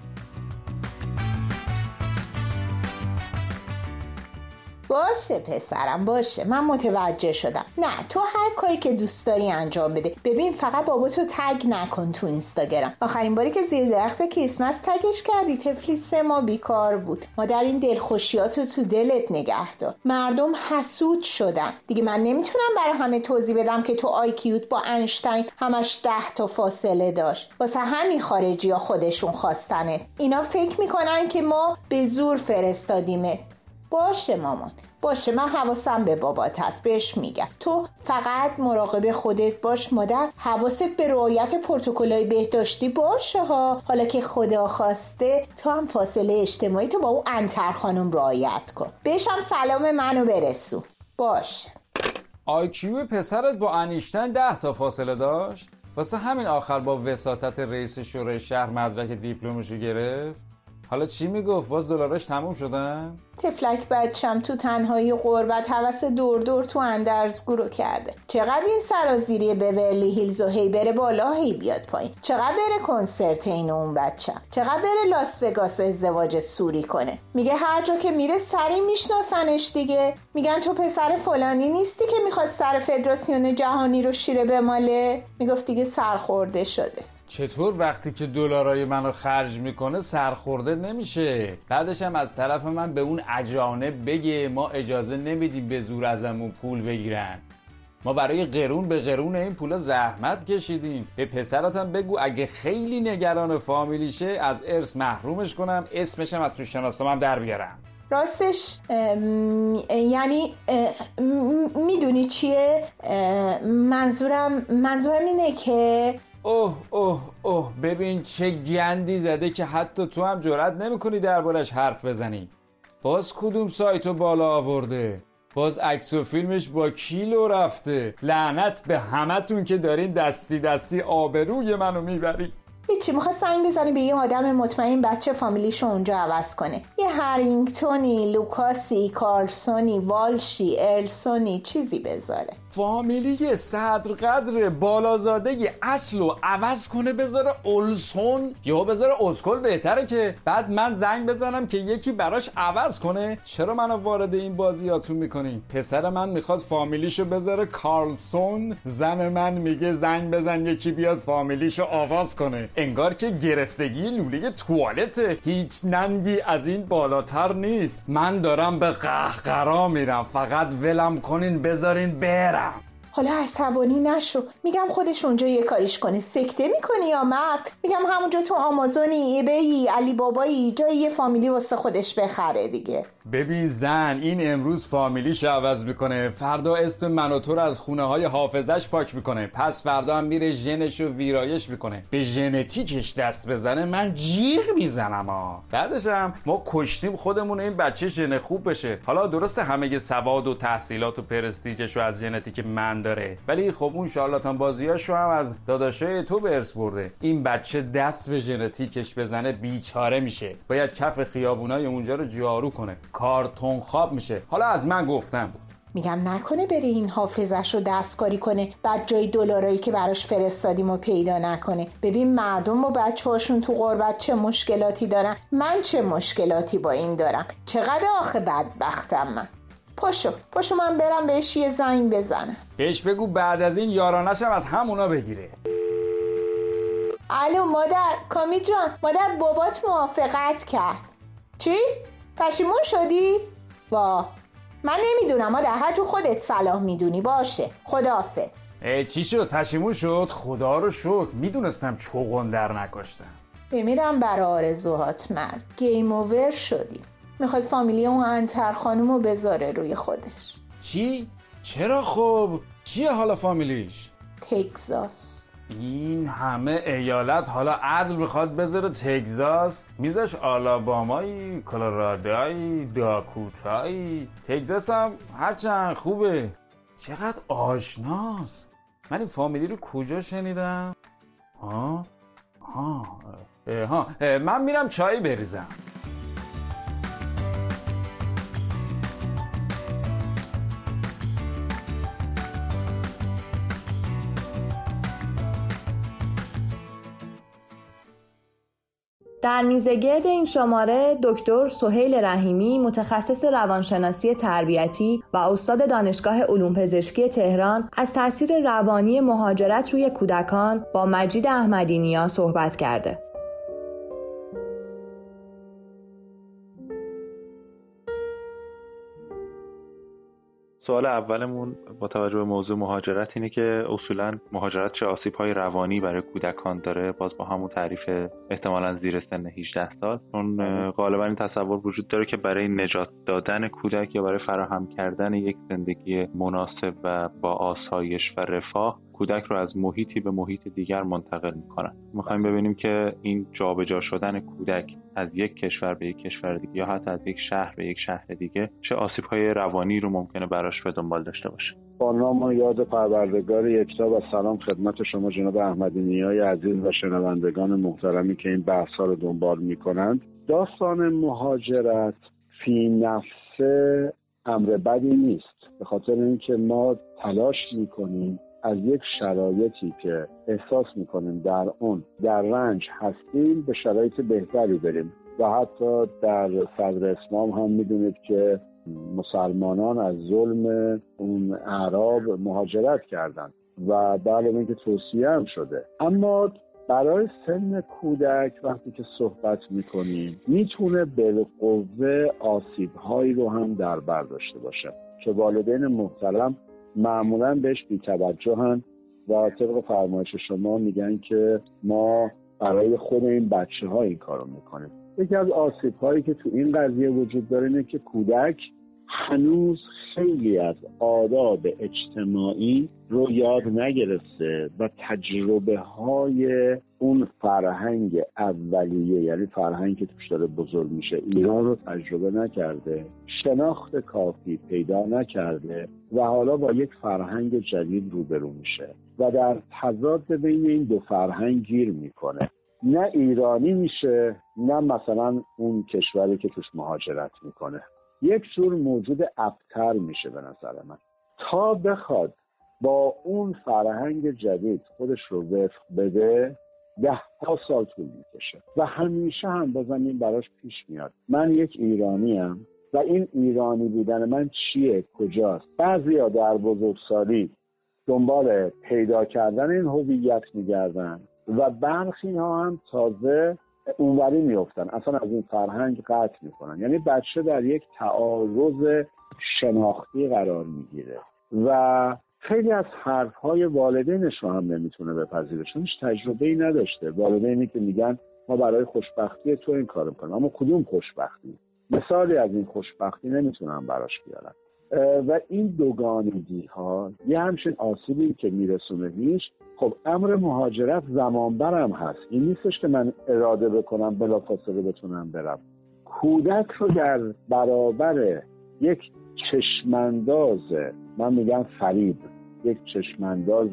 باشه پسرم باشه، من متوجه شدم. نه تو هر کاری که دوست داری انجام بده. ببین فقط باباتو تگ نکن تو اینستاگرام. آخرین باری که زیر درخت کریسمس تگش کردی طفلی سه ماه بیکار بود. ما در این دلخوشیاتو تو دلت نگه دار. مردم حسود شدن دیگه. من نمیتونم برای همه توضیح بدم که تو آیکیوت با انشتین همش ده تا فاصله داشت. واسه همین خارجی ها خودشون خواستنه. اینا فکر میکنن که ما به زور فرستادیمه. باشه مامان باشه، من حواسم به بابات هست، بهش میگم. تو فقط مراقب خودت باش مادر. حواست به رعایت پروتکل‌های بهداشتی باشه ها. حالا که خدا خواسته تو هم فاصله اجتماعی تو با اون انتر خانم رعایت کن. بهش هم سلام منو برسون. باشه. آیکیو پسرت با انیشتین ده تا فاصله داشت؟ واسه همین آخر با وساطت رئیس شورای شهر مدرک دیپلمشو گرفت؟ حالا چی میگفت؟ باز دلاراش تموم شدن؟ تفلک بچم تو تنهایی غربت هوس دور دور تو اندرزگو رو کرده. چقدر این سرازیری بورلی هیلز و هی بره بالا هی بیاد پایین. چقدر بره کنسرت این اون بچم. چقدر بره لاس وگاس ازدواج سوری کنه. میگه هر جا که میره سری میشناسنش دیگه. میگن تو پسر فلانی نیستی که میخواد سر فدراسیون جهانی رو شیره بماله. میگفت دیگه سرخورده شده. چطور وقتی که دلارای منو خرج میکنه سرخورده نمیشه؟ بعدش هم از طرف من به اون اجانب بگه ما اجازه نمیدیم به زور ازمون پول بگیرن. ما برای قرون به قرون این پولا زحمت کشیدیم. به پسراتم بگو اگه خیلی نگران فامیلیشه از ارث محرومش کنم، اسمشم از تو شناسنامه‌ام در بیارم. راستش یعنی میدونی چیه؟ منظورم منظورم اینه که اوه اوه اوه ببین چه گندی زده که حتی تو هم جرئت نمی‌کنی دربارش حرف بزنی. باز کدوم سایتو بالا آورده؟ باز عکس و فیلمش با کیلو رفته. لعنت به همتون که دارین دستی دستی آبروی منو میبری. هیچی، میخواد سنگ بزنی به یه آدم مطمئن بچه فامیلیشو اونجا عوض کنه. یه هرینگتونی، لوکاسی، کارلسونی، والشی، ارلسونی چیزی بذاره. فامیلی صدرقدر بالازاده اصل و عوض کنه بذاره اولسون یا بذاره اسکل بهتره که بعد من زنگ بزنم که یکی براش عوض کنه. چرا منو وارد این بازیاتون میکنین؟ پسر من میخواد فامیلیشو بذاره کارلسون، زن من میگه زنگ بزن یکی بیاد فامیلیشو آواز کنه. انگار که گرفتگی لوله توالته. هیچ ننگی از این بالاتر نیست. من دارم به قهقرا میرم، فقط ولم کنین بذارین برم. حالا عصبانی نشو، میگم خودش اونجا یه کاریش کنه. سکته میکنی یا مرد؟ میگم همونجا تو آمازونی، ایبی، علی بابایی جای یه فامیلی واسه خودش بخره دیگه. ببین زن، این امروز فامیلیش عوض میکنه، فردا اسم من و تو رو از خونه های حافظش پاک میکنه، پس فردا هم میره ژنش رو ویرایش میکنه. به ژنتیکش دست بزنه من جیغ میزنم ها. بعدش هم ما کشتیم خودمون این بچه ژن خوب بشه. حالا درسته همه سواد و تحصیلات و پرستیجش رو از ژنتیک من داره، ولی خب اون شارلاتان بازیاشو هم از داداشای تو به ارث برده. این بچه دست به ژنتیکش بزنه بیچاره میشه. باید کف خیابونای اونجا رو جارو کنه. کارتون خواب میشه. حالا از من گفتم بود. میگم نکنه بره این حافظش رو دستکاری کنه بعد جای دلارایی که براش فرستادیم و پیدا نکنه. ببین مردم و بچه هاشون تو غربت چه مشکلاتی دارن، من چه مشکلاتی با این دارم. چقدر آخه بدبختم من. پاشو پاشو من برم بهش یه زنگ بزنم. بهش بگو بعد از این یارانشم از همونا بگیره. الو مادر. کامی جان، مادر بابات موافقت کرد. چی؟ پشیمون شدی؟ وا من نمیدونم مادر، هر جو خودت صلاح میدونی. باشه خداحافظ. ای چی شد؟ پشیمون شد؟ خدا رو شکر، میدونستم چوغن در نکاشتم. بمیرم برای آرزوهات مرد. گیم اوور شدی. میخواد فامیلی اون انتر خانومو بذاره روی خودش. چی؟ چرا خب؟ چیه حالا فامیلیش؟ تگزاس. این همه ایالت حالا عدل میخواد بذاره تگزاس، میزش آلابامایی، کلرادایی، داکوتایی. تگزاس هم هرچند خوبه چقدر آشناست. من این فامیلی رو کجا شنیدم؟ ها ها ها من میرم چای بریزم. در میزگرد این شماره دکتر سهیل رحیمی متخصص روانشناسی تربیتی و استاد دانشگاه علوم پزشکی تهران از تاثیر روانی مهاجرت روی کودکان با مجید احمدی نیا صحبت کرده. سوال اولمون با توجه به موضوع مهاجرت اینه که اصولاً مهاجرت چه آسیب‌های روانی برای کودکان داره، باز با همون تعریف احتمالاً زیر سن هجده سال، چون غالباً این تصور وجود داره که برای نجات دادن کودک یا برای فراهم کردن یک زندگی مناسب و با آسایش و رفاه کودک رو از محیطی به محیط دیگر منتقل میکنن. میخوایم ببینیم که این جابجا شدن کودک از یک کشور به یک کشور دیگه یا حتی از یک شهر به یک شهر دیگه چه آسیب‌های روانی رو ممکنه براش به دنبال داشته باشه. با نام و یاد پروردگار یکتا و سلام خدمت شما جناب احمدی نیای عزیز و شنوندگان محترمی که این بحث‌ها رو دنبال میکنند. داستان مهاجرت فی نفسه امر بدی نیست، به خاطر اینکه ما تلاش میکنیم از یک شرایطی که احساس میکنیم در اون در رنج هستیم به شرایط بهتری بریم. و حتی در صدر اسلام هم میدونید که مسلمانان از ظلم اون اعراب مهاجرت کردند و بعد از اینکه توصیه هم شده. اما برای سن کودک وقتی که صحبت میکنیم میتونه بالقوه آسیب‌هایی رو هم در بر داشته باشه که والدین محترم معمولاً بهش بی‌توجهن و طبق فرمایش شما میگن که ما برای خود این بچه ها این کارو میکنیم. یکی از آسیب هایی که تو این قضیه وجود داره اینه که کودک هنوز خیلی از آداب اجتماعی رو یاد نگرفته و تجربه های اون فرهنگ اولیه، یعنی فرهنگ که توش داره بزرگ میشه، ایران رو تجربه نکرده، شناخت کافی پیدا نکرده و حالا با یک فرهنگ جدید روبرو میشه و در تضاد بین این دو فرهنگ گیر میکنه. نه ایرانی میشه نه مثلا اون کشوری که توش مهاجرت میکنه. یک جور موجود ابتر میشه به نظر من. تا بخواد با اون فرهنگ جدید خودش رو وفق بده ده ها سال طول میکشه و همیشه هم بازم براش پیش میاد من یک ایرانیم و این ایرانی بودن من چیه، کجاست. بعضیا در بزرگسالی دنبال پیدا کردن این هویت میگردن و برخی ها هم تازه اونوری میافتن، اصلا از این فرهنگ قطع میکنن. یعنی بچه در یک تعارض شناختی قرار میگیره و خیلی از حرفهای والدینش رو هم نمیتونه بپذیره چون هیچ تجربه‌ای نداشته. والدینی که میگن ما برای خوشبختی تو این کارو میکنیم، اما کدوم خوشبختی؟ مثالی از این خوشبختی نمیتونم براش بیارم. و این دوگانگی ها یه همچین آسیبی که میرسونه هیچ. خب امر مهاجرت زمان برم هست، این نیستش که من اراده بکنم بلافاصله بتونم برم. کودک رو در برابر یک چشمانداز، من میگم فریب، یک چشمانداز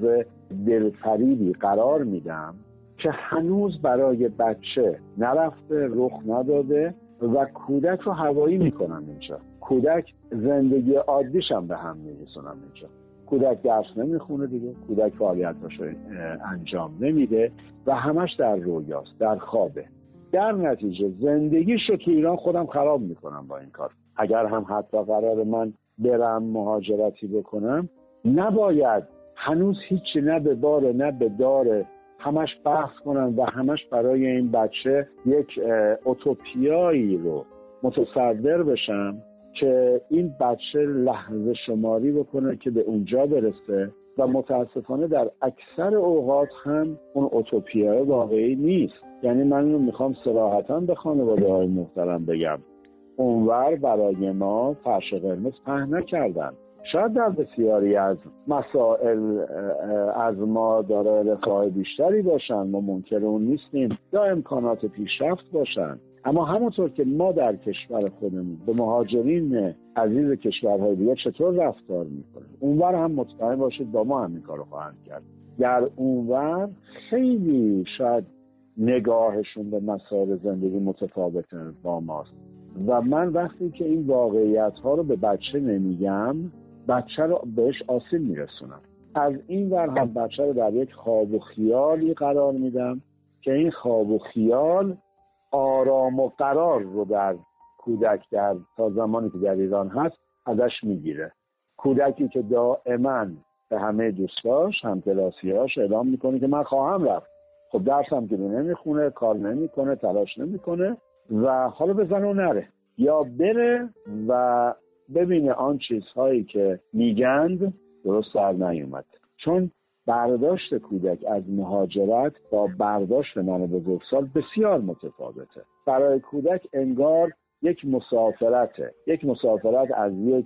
دلفریبی قرار میدم که هنوز برای بچه نرفته، رخ نداده و کودک رو هوایی میکنم اینجا. کودک زندگی عادیش هم به هم میرسونم اینجا. کودک درس نمیخونه دیگه، کودک فعالیتاشو انجام نمیده و همش در رویاست، در خوابه. در نتیجه زندگیشو تو ایران خودم خراب میکنم با این کار. اگر هم حتی قرار من برم مهاجرتی بکنم، نباید هنوز هیچی نه به باره نه به داره همش بحث کنم و همش برای این بچه یک اوتوپیایی رو متصور بشم که این بچه لحظه شماری بکنه که به اونجا برسه و متاسفانه در اکثر اوقات هم اون اوتوپیای واقعی نیست. یعنی من رو میخوام صراحتاً به خانواده های محترم بگم، اونور برای ما فرش قرمز پهن نکردن. شاید در بسیاری از مسائل از ما داره رفاه بیشتری باشن، ما منکر اون نیستیم، یا امکانات پیشرفت باشن، اما همونطور که ما در کشور خودمون به مهاجرین عزیز کشورهای دیگه چطور رفتار میکنیم، اونور هم مطمئن باشید با ما همین کارو خواهند کرد. در اونور خیلی شاید نگاهشون به مسائل زندگی متفاوته با ماست و من وقتی که این واقعیت ها رو به بچه نمیگم، بچه رو بهش آسیب میرسونم. از این ور هم بچه رو در یک خواب و خیالی قرار میدم که این خواب و خیال آرام و قرار رو در کودک در تا زمانی که در ایران هست ازش میگیره. کودکی که دائما به همه دوستاش همکلاسیاش اعلام میکنه که من خواهم رفت، خب درسم که نمیخونه، کار نمیکنه، تلاش نمیکنه و حالا بزنه و نره، یا بره و ببینه آن چیزهایی که میگند درست در نیومد. چون برداشت کودک از مهاجرت با برداشت من بزرگسال بسیار متفاوته. برای کودک انگار یک مسافرته، یک مسافرت از یک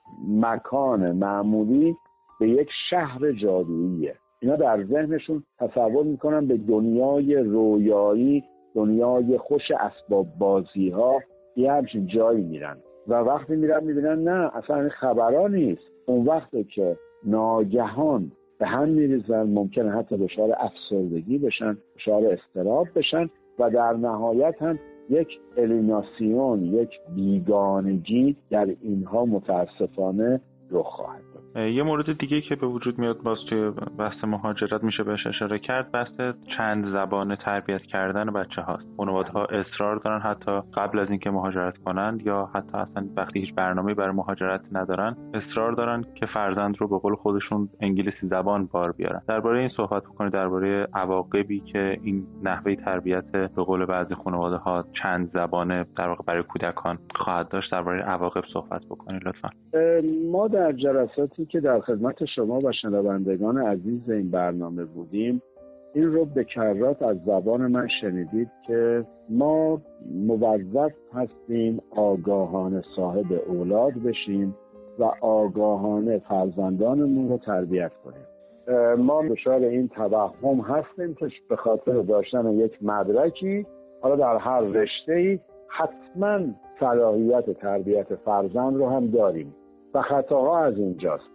مکان معمولی به یک شهر جادوییه. اینا در ذهنشون تصور میکنن به دنیای رویایی، دنیای خوش اسباب بازی ها، یه همچین جایی میرن و وقتی میرن میبینن نه اصلا این خبرها نیست. اون وقتی که ناگهان به هم میریزن، ممکنه حتی دچار افسردگی بشن، دچار اضطراب بشن و در نهایت هم یک الیناسیون، یک بیگانگی در اینها متاسفانه رخ خواهد داد. یه مورد دیگه که به وجود میاد باز توی بحث مهاجرت میشه بهش اشاره کرد، بحث چند زبانه تربیت کردن بچه هاست. خانواده‌ها اصرار دارن حتی قبل از اینکه مهاجرت کنند یا حتی اصلا وقتی هیچ برنامه‌ای برای مهاجرت ندارن اصرار دارن که فرزند رو به قول خودشون انگلیسی زبان بار بیارن. درباره این صحبت بکنید، درباره عواقبی که این نحوه تربیت به قول بعضی خانواده‌ها چند زبانه در واقع برای کودکان خواهد داشت، درباره عواقب صحبت بکنید لطفاً. ما در جلساتی که در خدمت شما و شنوندگان عزیز این برنامه بودیم این رو به کرات از زبان من شنیدید که ما موظف هستیم آگاهانه صاحب اولاد بشیم و آگاهانه فرزندانمون رو تربیت کنیم. ما دچار این توهم هستیم که به خاطر داشتن یک مدرکی حالا در هر رشته‌ای حتما صلاحیت تربیت فرزند رو هم داریم و خطاها از اینجاست.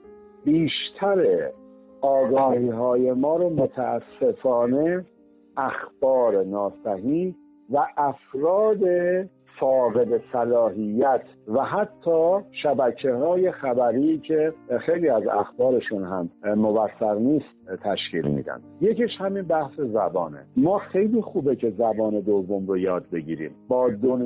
بیشتر آگاهی های ما رو متاسفانه اخبار ناصحیح و افراد فاقد صلاحیت و حتی شبکه‌های خبری که خیلی از اخبارشون هم موثق نیست تشکیل میدن. یکیش همین بحث زبانه. ما خیلی خوبه که زبان دوم رو یاد بگیریم، با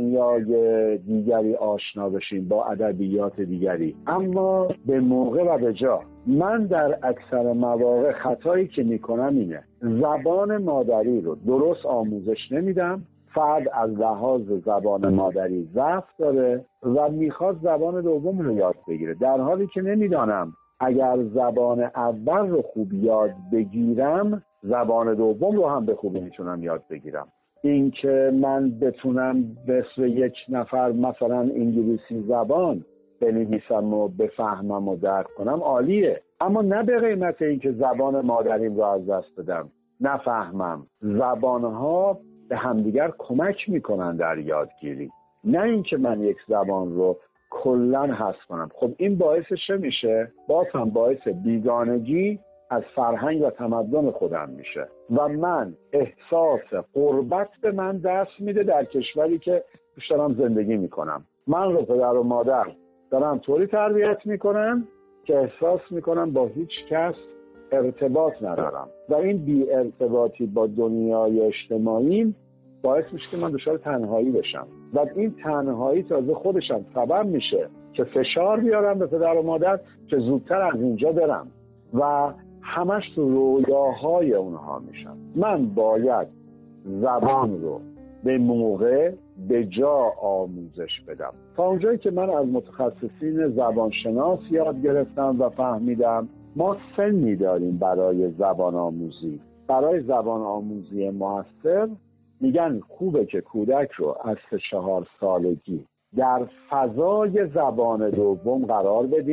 دنیای دیگری آشنا بشیم، با ادبیات دیگری، اما به موقع و به جا. من در اکثر مواقع خطایی که میکنم اینه، زبان مادری رو درست آموزش نمیدم. فرد از لحاظ زبان مادری ضعف داره و میخواد زبان دوم رو یاد بگیره، در حالی که نمیدانم اگر زبان اول رو خوب یاد بگیرم زبان دوم رو هم به خوبی میتونم یاد بگیرم. این که من بتونم مثل یک نفر مثلا انگلیسی زبان بنویسم و بفهمم و درک کنم عالیه، اما نه به قیمت این که زبان مادریم رو از دست بدم، نفهمم. زبانها به همدیگر کمک میکنن در یادگیری، نه اینکه من یک زبان رو کلاً حذف کنم. خب این باعث چه میشه؟ باز هم باعث بیگانگی از فرهنگ و تمدن خودم میشه و من احساس غربت به من دست میده در کشوری که توش دارم زندگی میکنم. من رو پدر و مادر دارم طوری تربیت میکنم که احساس میکنم با هیچ کس ارتباط ندارم و این بی ارتباطی با دنیای اجتماعی باعث میشه که من دچار تنهایی بشم و این تنهایی تازه خودشم سبب میشه که فشار بیارم به پدر و مادر که زودتر از اینجا برم و همش تو رویاهای اونها میشم. من باید زبان رو به موقع به جا آموزش بدم. تا اونجایی که من از متخصصین زبانشناس یاد گرفتم و فهمیدم ما سنی داریم برای زبان آموزی. برای زبان آموزی موثر میگن خوبه که کودک رو از سه چهار سالگی در فضای زبان دوم قرار بدیم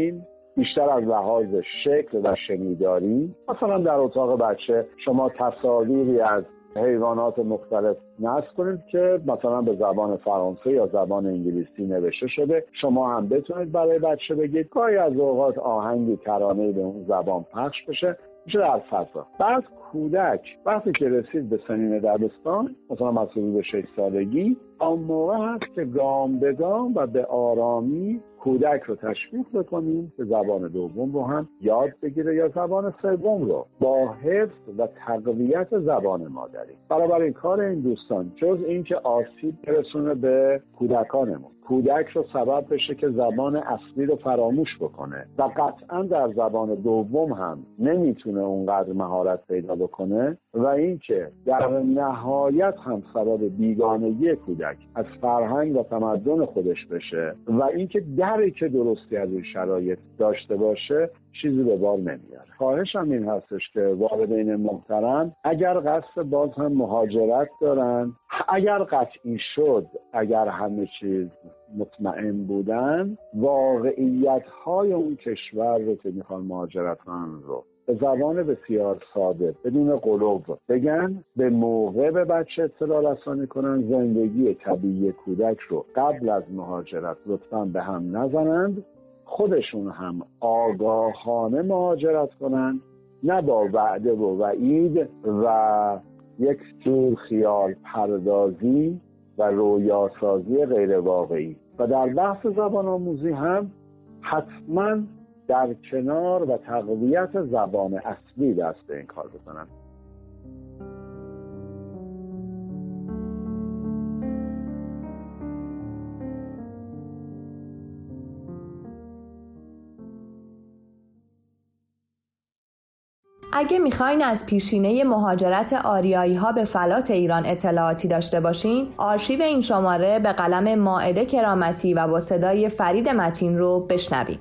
بیشتر از لحاظ شکل و شنیداری. مثلا در اتاق بچه شما تصاویری از حیوانات مختلف نصب کنید که مثلا به زبان فرانسه یا زبان انگلیسی نوشته شده، شما هم بتونید برای بچه بگید. گاهی از اوقات آهنگی ترانه‌ای به اون زبان پخش بشه، میشه در فضا. بعد کودک وقتی که رسید به سنین دبستان، مثلا مسئول به شش سالگی، آن موقع هست که گام به گام و به آرامی کودک رو تشویق بکنیم که زبان دوم رو هم یاد بگیره یا زبان سوم رو با حفظ و تقویت زبان مادری. برابر این کار این دوستان جز این که آسیب برسونه به کودکانمون، کودک رو سبب بشه که زبان اصلی رو فراموش بکنه و قطعا در زبان دوم هم نمیتونه اونقدر مهارت پیدا بکنه و اینکه در نهایت هم سبب بیگانگی کودک از فرهنگ و تمدن خودش بشه و اینکه دری که درستی از این شرایط داشته باشه چیزی به بار نمیاره. خواهشم این هستش که والدین محترم اگر قصد باز هم مهاجرت دارن، اگر قطعی شد، اگر همه چیز مطمئن بودن، واقعیت های اون کشور رو که میخوان مهاجرت کنن رو به زبان بسیار ساده بدون قلوب بگن، به موقع به بچه اطلاع رسانی کنن، زندگی طبیعی کودک رو قبل از مهاجرت لطفاً به هم نزنند، خودشون هم آگاهانه مهاجرت کنن، نه با وعده و وعید و یک جور خیال پردازی و رویاسازی غیر واقعی. و در بحث زبان آموزی هم حتما در کنار و تقویت زبان اصلی دست به این کار بزنن. اگه میخواین از پیشینه مهاجرت آریایی ها به فلات ایران اطلاعاتی داشته باشین، آرشیو این شماره به قلم مائده کرامتی و با صدای فرید متین رو بشنوید.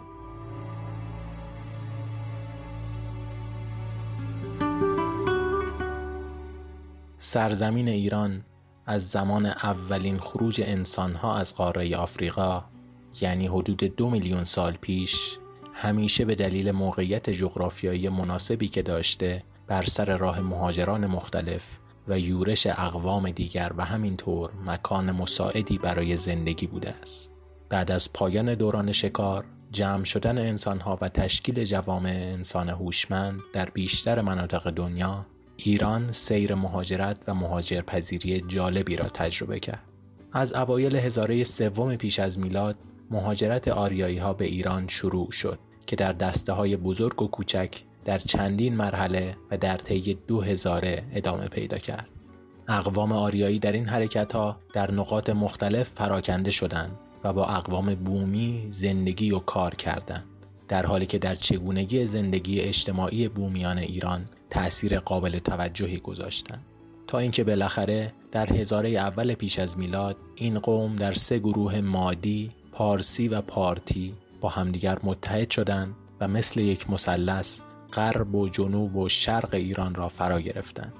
سرزمین ایران از زمان اولین خروج انسانها از قاره آفریقا، یعنی حدود دو میلیون سال پیش، همیشه به دلیل موقعیت جغرافیایی مناسبی که داشته بر سر راه مهاجران مختلف و یورش اقوام دیگر و همینطور مکان مساعدی برای زندگی بوده است. بعد از پایان دوران شکار، جمع شدن انسانها و تشکیل جوامع انسان هوشمند در بیشتر مناطق دنیا، ایران سیر مهاجرت و مهاجرپذیری جالبی را تجربه کرد. از اوایل هزاره سوم پیش از میلاد مهاجرت آریایی ها به ایران شروع شد که در دسته های بزرگ و کوچک در چندین مرحله و در طی دو هزاره ادامه پیدا کرد. اقوام آریایی در این حرکت ها در نقاط مختلف پراکنده شدند و با اقوام بومی زندگی و کار کردند، در حالی که در چگونگی زندگی اجتماعی بومیان ایران تأثیر قابل توجهی گذاشتند، تا اینکه بالاخره در هزاره اول پیش از میلاد این قوم در سه گروه مادی، پارسی و پارتی با همدیگر متحد شدند و مثل یک مثلث غرب و جنوب و شرق ایران را فرا گرفتند.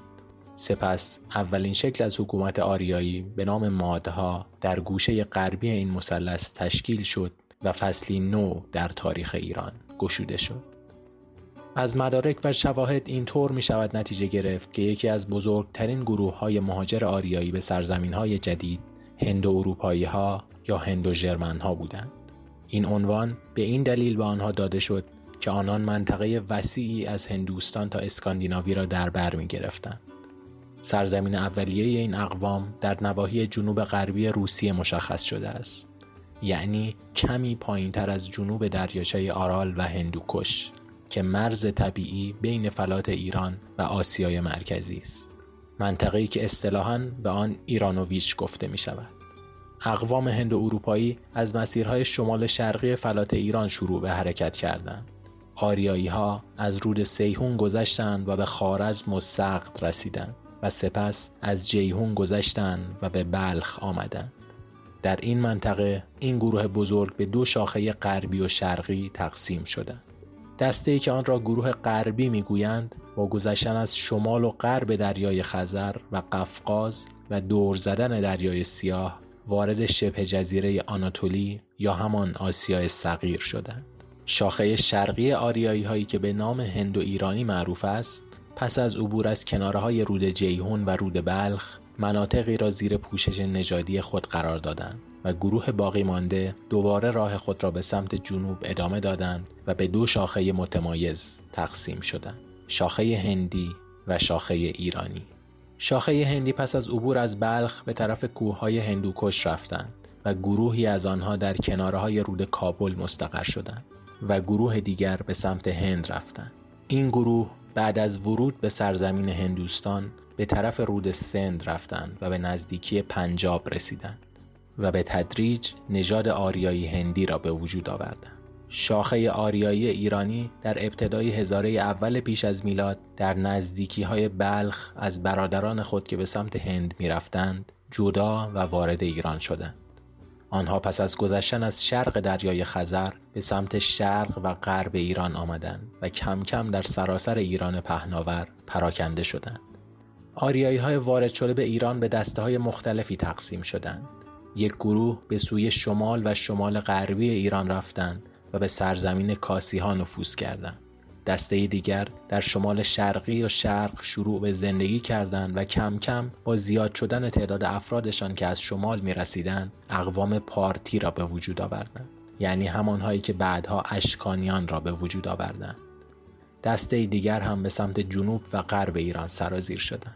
سپس اولین شکل از حکومت آریایی به نام مادها در گوشه غربی این مثلث تشکیل شد و فصلی نو در تاریخ ایران گشوده شد. از مدارک و شواهد این طور می شود نتیجه گرفت که یکی از بزرگترین گروه های مهاجر آریایی به سرزمین های جدید هندو اروپایی ها یا هندو ژرمن ها بودند. این عنوان به این دلیل به آنها داده شد که آنان منطقه وسیعی از هندوستان تا اسکاندیناوی را در بر می گرفتند. سرزمین اولیه این اقوام در نواحی جنوب غربی روسیه مشخص شده است، یعنی کمی پایین تر از جنوب دریاچه آرال و هندوکش که مرز طبیعی بین فلات ایران و آسیای مرکزی است، منطقه‌ای که اصطلاحاً به آن ایرانوویچ گفته می شود. اقوام هندو اروپایی از مسیرهای شمال شرقی فلات ایران شروع به حرکت کردند. آریایی ها از رود سیهون گذشتند و به خوارزم و سقط رسیدند و سپس از جیهون گذشتند و به بلخ آمدند. در این منطقه این گروه بزرگ به دو شاخه غربی و شرقی تقسیم شدند. دسته‌ای که آن را گروه غربی میگویند با گذشتن از شمال و غرب دریای خزر و قفقاز و دور زدن دریای سیاه وارد شبه جزیره آناتولی یا همان آسیای صغیر شدند. شاخه شرقی آریایی هایی که به نام هندو ایرانی معروف است، پس از عبور از کنارهای رود جیهون و رود بلخ، مناطقی را زیر پوشش نژادی خود قرار دادند و گروه باقی مانده دوباره راه خود را به سمت جنوب ادامه دادند و به دو شاخه متمایز تقسیم شدند: شاخه هندی و شاخه ایرانی. شاخه هندی پس از عبور از بلخ به طرف کوههای هندوکش رفتند و گروهی از آنها در کنارهای رود کابل مستقر شدند و گروه دیگر به سمت هند رفتند. این گروه بعد از ورود به سرزمین هندوستان به طرف رود سند رفتند و به نزدیکی پنجاب رسیدند و به تدریج نژاد آریایی هندی را به وجود آوردند. شاخه آریایی ایرانی در ابتدای هزاره اول پیش از میلاد در نزدیکی‌های بلخ از برادران خود که به سمت هند می‌رفتند جدا و وارد ایران شدند. آنها پس از گذشتن از شرق دریای خزر به سمت شرق و غرب ایران آمدند و کم کم در سراسر ایران پهناور پراکنده شدند. آریایی‌های وارد شده به ایران به دسته‌های مختلفی تقسیم شدند. یک گروه به سوی شمال و شمال غربی ایران رفتند و به سرزمین کاسی‌ها نفوذ کردند. دسته دیگر در شمال شرقی و شرق شروع به زندگی کردند و کم کم با زیاد شدن تعداد افرادشان که از شمال می رسیدند اقوام پارتی را به وجود آوردند، یعنی همانهایی که بعدها اشکانیان را به وجود آوردند. دسته دیگر هم به سمت جنوب و غرب ایران سرازیر شدند.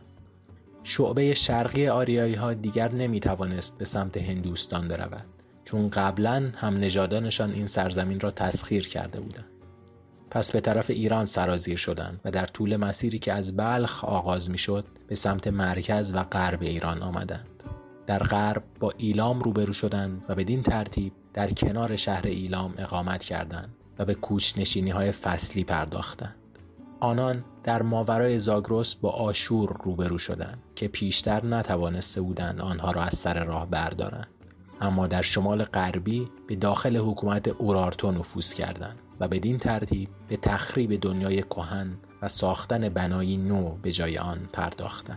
شعبه شرقی آریایی ها دیگر نمی توانست به سمت هندوستان برود، چون قبلا هم نژادانشان این سرزمین را تسخیر کرده بودند. پس به طرف ایران سرازیر شدند و در طول مسیری که از بلخ آغاز می شد به سمت مرکز و غرب ایران آمدند. در غرب با ایلام روبرو شدند و بدین ترتیب در کنار شهر ایلام اقامت کردند و به کوچ‌نشینی های فصلی پرداختند. آنان در ماورای زاگرس با آشور روبرو شدند که پیشتر نتوانسته بودند آنها را از سر راه بردارند، اما در شمال غربی به داخل حکومت اورارتو نفوذ کردند و بدین ترتیب به تخریب دنیای کهن و ساختن بنایی نو به جای آن پرداختند.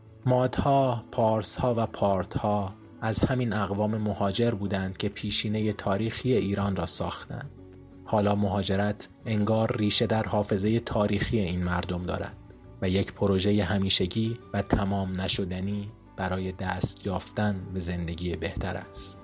مادها، پارسها و پارتها از همین اقوام مهاجر بودند که پیشینه تاریخی ایران را ساختند. حالا مهاجرت انگار ریشه در حافظه تاریخی این مردم دارد و یک پروژه همیشگی و تمام نشدنی برای دست یافتن به زندگی بهتر است.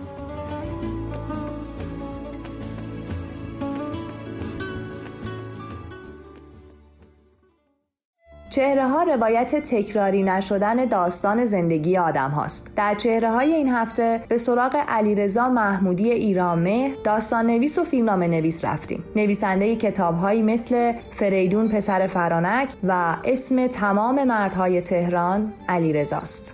چهره ها روایت تکراری نشدن داستان زندگی آدم هاست. در چهره های این هفته به سراغ علیرضا محمودی ایرانمهر، داستان نویس و فیلمنامه نویس رفتیم. نویسنده کتاب هایی مثل فریدون پسر فرانک و اسم تمام مردهای تهران علیرضاست.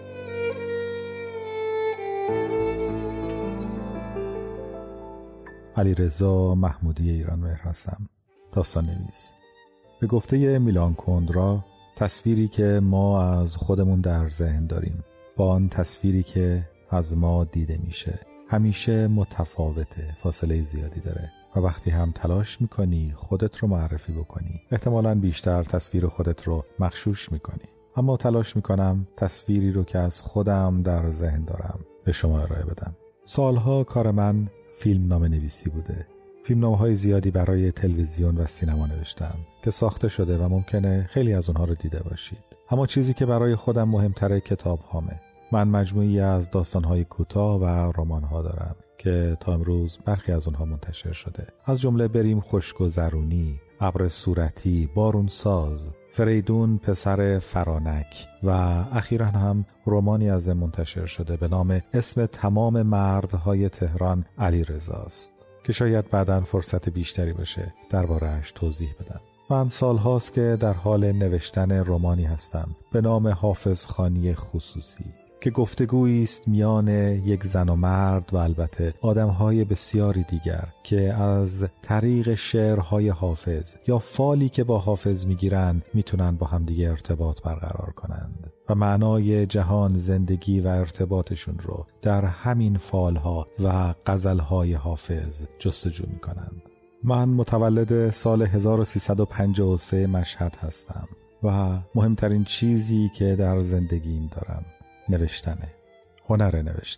علیرضا محمودی ایرانمهر هستم، داستان نویس. به گفته میلان کندرا، تصویری که ما از خودمون در ذهن داریم با آن تصویری که از ما دیده میشه همیشه متفاوته، فاصله زیادی داره و وقتی هم تلاش میکنی خودت رو معرفی بکنی احتمالاً بیشتر تصویر خودت رو مغشوش میکنی. اما تلاش میکنم تصویری رو که از خودم در ذهن دارم به شما ارائه بدم. سالها کار من فیلمنامه نویسی بوده. فیلمنامه‌های زیادی برای تلویزیون و سینما نوشتم که ساخته شده و ممکنه خیلی از اونها رو دیده باشید. اما چیزی که برای خودم مهمتره کتاب هامه. من مجموعی از داستان‌های کوتاه و رمان‌ها دارم که تا امروز برخی از اونها منتشر شده. از جمله بریم خوشگذرونی، ابر صورتی، بارونساز، فریدون پسر فرانک و اخیراً هم رمانی از منتشر شده به نام اسم تمام مردهای تهران علیرضاست که شاید بعداً فرصت بیشتری باشه درباره‌اش توضیح بدم. من سالهاست که در حال نوشتن رمانی هستم به نام حافظ خانی خصوصی که گفتگویی است میان یک زن و مرد و البته آدم‌های بسیاری دیگر که از طریق شعرهای حافظ یا فالی که با حافظ میگیرن میتونن با همدیگه ارتباط برقرار کنند و معنای جهان، زندگی و ارتباطشون رو در همین فالها و غزلهای حافظ جستجو میکنند. من متولد سال هزار و سیصد و پنجاه و سه مشهد هستم و مهمترین چیزی که در زندگیم دارم نوشتنه، هنر نوشتن.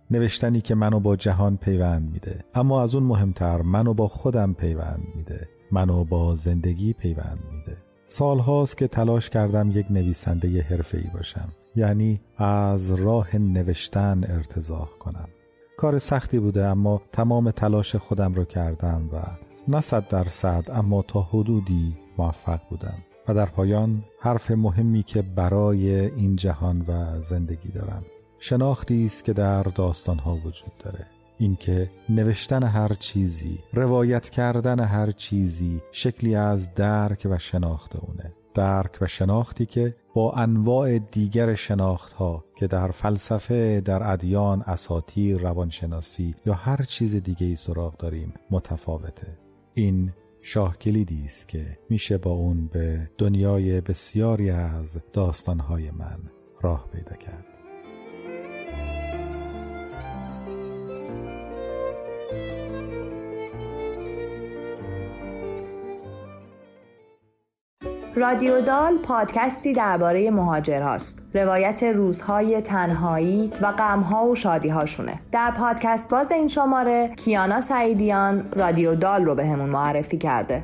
نوشتنی که منو با جهان پیوند میده، اما از اون مهمتر منو با خودم پیوند میده، منو با زندگی پیوند میده. سال هاست که تلاش کردم یک نویسنده حرفه‌ای باشم، یعنی از راه نوشتن ارتزاق کنم. کار سختی بوده، اما تمام تلاش خودم رو کردم و نه صد درصد اما تا حدودی موفق بودم. و در پایان حرف مهمی که برای این جهان و زندگی دارم شناختی است که در داستان‌ها وجود داره. اینکه نوشتن هر چیزی، روایت کردن هر چیزی شکلی از درک و شناخت اونه. درک و شناختی که با انواع دیگر شناخت‌ها که در فلسفه، در ادیان، اساطیر، روانشناسی یا هر چیز دیگه‌ای سراغ داریم متفاوته. این شاه کلیدی است که میشه با اون به دنیای بسیاری از داستان‌های من راه پیدا کرد. رادیو دال پادکستی درباره مهاجرهاست. روایت روزهای تنهایی و غم‌ها و شادی‌هاشونه. در پادکست باز این شماره کیانا سعیدیان رادیو دال رو بهمون معرفی کرده.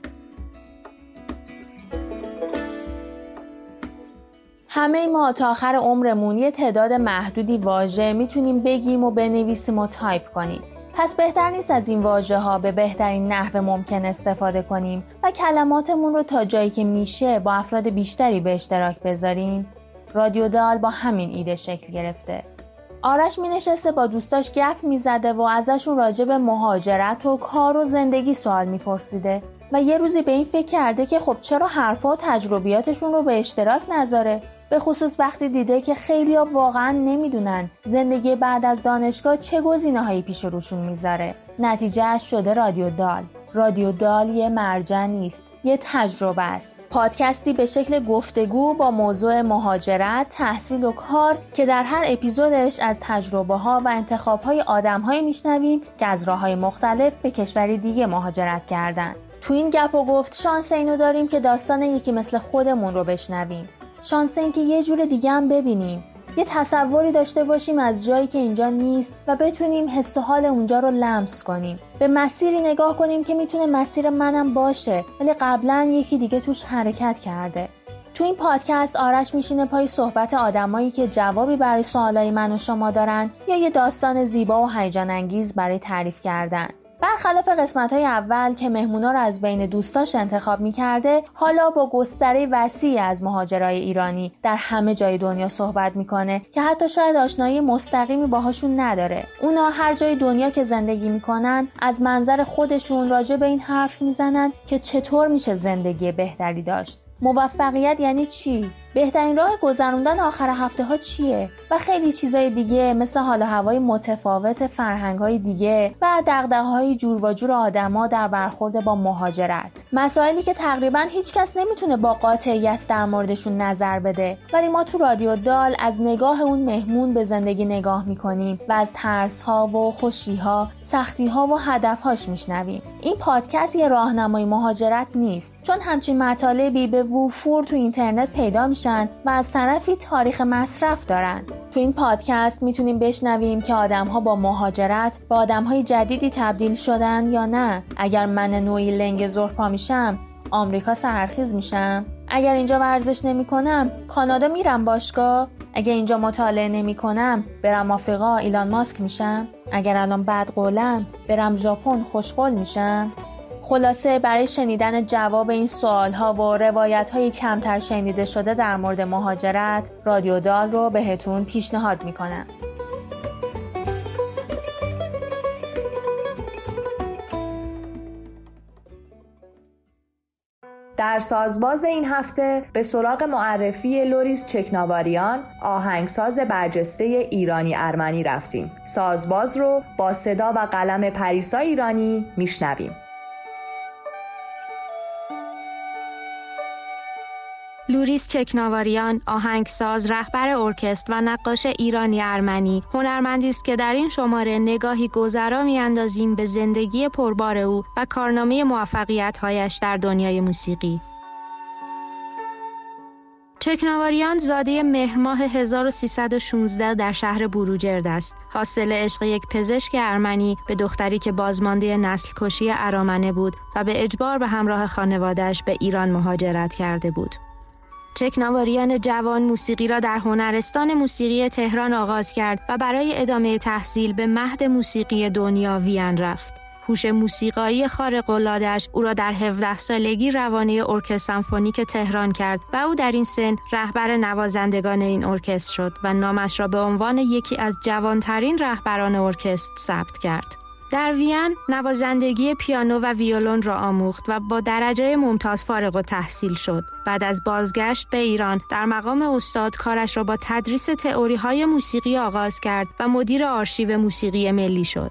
همه ما تا آخر عمرمون یه تعداد محدودی واژه میتونیم بگیم و بنویسیم و تایپ کنیم. پس بهتر نیست از این واژه ها به بهترین نحو ممکن استفاده کنیم و کلماتمون رو تا جایی که میشه با افراد بیشتری به اشتراک بذاریم؟ رادیو دال با همین ایده شکل گرفته. آرش می نشسته با دوستاش گپ می زده و ازشون راجع به مهاجرت و کار و زندگی سوال می پرسیده و یه روزی به این فکر کرده که خب چرا حرفا و تجربیاتشون رو به اشتراک نذاره؟ به خصوص وقتی دیده که خیلی‌ها واقعاً نمیدونن زندگی بعد از دانشگاه چه گزینه‌هایی پیش روشون میذاره. نتیجهش شده رادیو دال. رادیو دال یه مرجع نیست، یه تجربه است. پادکستی به شکل گفتگو با موضوع مهاجرت، تحصیل و کار که در هر اپیزودش از تجربه‌ها و انتخاب‌های آدم‌هایی میشنویم که از راه‌های مختلف به کشوری دیگه مهاجرت کردن. تو این گپ و گفت شانس اینو داریم که داستان یکی مثل خودمون رو بشنویم. شانس این که یه جور دیگه هم ببینیم، یه تصوری داشته باشیم از جایی که اینجا نیست و بتونیم حس و حال اونجا رو لمس کنیم، به مسیری نگاه کنیم که میتونه مسیر منم باشه ولی قبلا یکی دیگه توش حرکت کرده. تو این پادکست آرش میشینه پای صحبت آدمایی که جوابی برای سوالای من و شما دارن یا یه داستان زیبا و هیجان انگیز برای تعریف کردن. برخلاف قسمت‌های اول که مهمونا رو از بین دوستاش انتخاب می‌کرده، حالا با گستره وسیعی از مهاجرای ایرانی در همه جای دنیا صحبت می‌کنه که حتی شاید آشنایی مستقیمی باهاشون نداره. اونا هر جای دنیا که زندگی می‌کنن، از منظر خودشون راجع به این حرف می‌زنن که چطور میشه زندگی بهتری داشت. موفقیت یعنی چی؟ بهترین راه گذروندن آخر هفته ها چیه؟ و خیلی چیزای دیگه مثل حال و هوای متفاوت فرهنگ‌های دیگه و دغدغه‌های جور و جور آدم‌ها در برخورد با مهاجرت. مسائلی که تقریباً هیچ کس نمیتونه با قاطعیت در موردشون نظر بده، ولی ما تو رادیو دال از نگاه اون مهمون به زندگی نگاه می‌کنیم و از ترس‌ها و خوشی‌ها، سختی‌ها و هدف‌هاش میشنویم. این پادکست یه راهنمای مهاجرت نیست، چون همچین مطالبی به وفور تو اینترنت پیدا میشن و از طرفی تاریخ مصرف دارن. تو این پادکست میتونیم بشنویم که آدم‌ها با مهاجرت با آدم‌های جدیدی تبدیل شدن یا نه. اگر من نوعی لنگ ظهر پا میشم، آمریکا سرخیز میشم. اگر اینجا ورزش نمی‌کنم، کانادا میرم باشگاه. اگر اینجا مطالعه نمی‌کنم، برم آفریقا ایلان ماسک میشم. اگر الان بدقولم، برم ژاپن خوشقول میشم. خلاصه برای شنیدن جواب این سوال‌ها و روایت‌های کمتر شنیده شده در مورد مهاجرت، رادیو دال رو بهتون پیشنهاد می‌کنم. در سازباز این هفته به سراغ معرفی لوریس چکناواریان، آهنگساز برجسته ایرانی ارمنی رفتیم. سازباز رو با صدا و قلم پریسا ایرانی میشنویم. لوریس چکناواریان، آهنگساز، رهبر ارکستر و نقاش ایرانی ارمنی، هنرمندی است که در این شماره نگاهی گذرا می‌اندازیم به زندگی پربار او و کارنامه موفقیت‌هایش در دنیای موسیقی. چکناواریان زاده مهر ماه هزار و سیصد و شانزده در شهر بروجرد است. حاصل عشق یک پزشک ارمنی به دختری که بازمانده نسل کشی ارامنه بود و به اجبار به همراه خانواده‌اش به ایران مهاجرت کرده بود. چکناواریان جوان موسیقی را در هنرستان موسیقی تهران آغاز کرد و برای ادامه تحصیل به مهد موسیقی دنیا وین رفت. هوش موسیقایی خارق‌العاده‌اش او را در هفده سالگی روانه ارکستر سمفونیک تهران کرد و او در این سن رهبر نوازندگان این ارکستر شد و نامش را به عنوان یکی از جوانترین رهبران ارکستر ثبت کرد. در وین نوازندگی پیانو و ویولون را آموخت و با درجه ممتاز فارغ التحصیل شد. بعد از بازگشت به ایران در مقام استاد کارش را با تدریس تئوری‌های موسیقی آغاز کرد و مدیر آرشیو موسیقی ملی شد.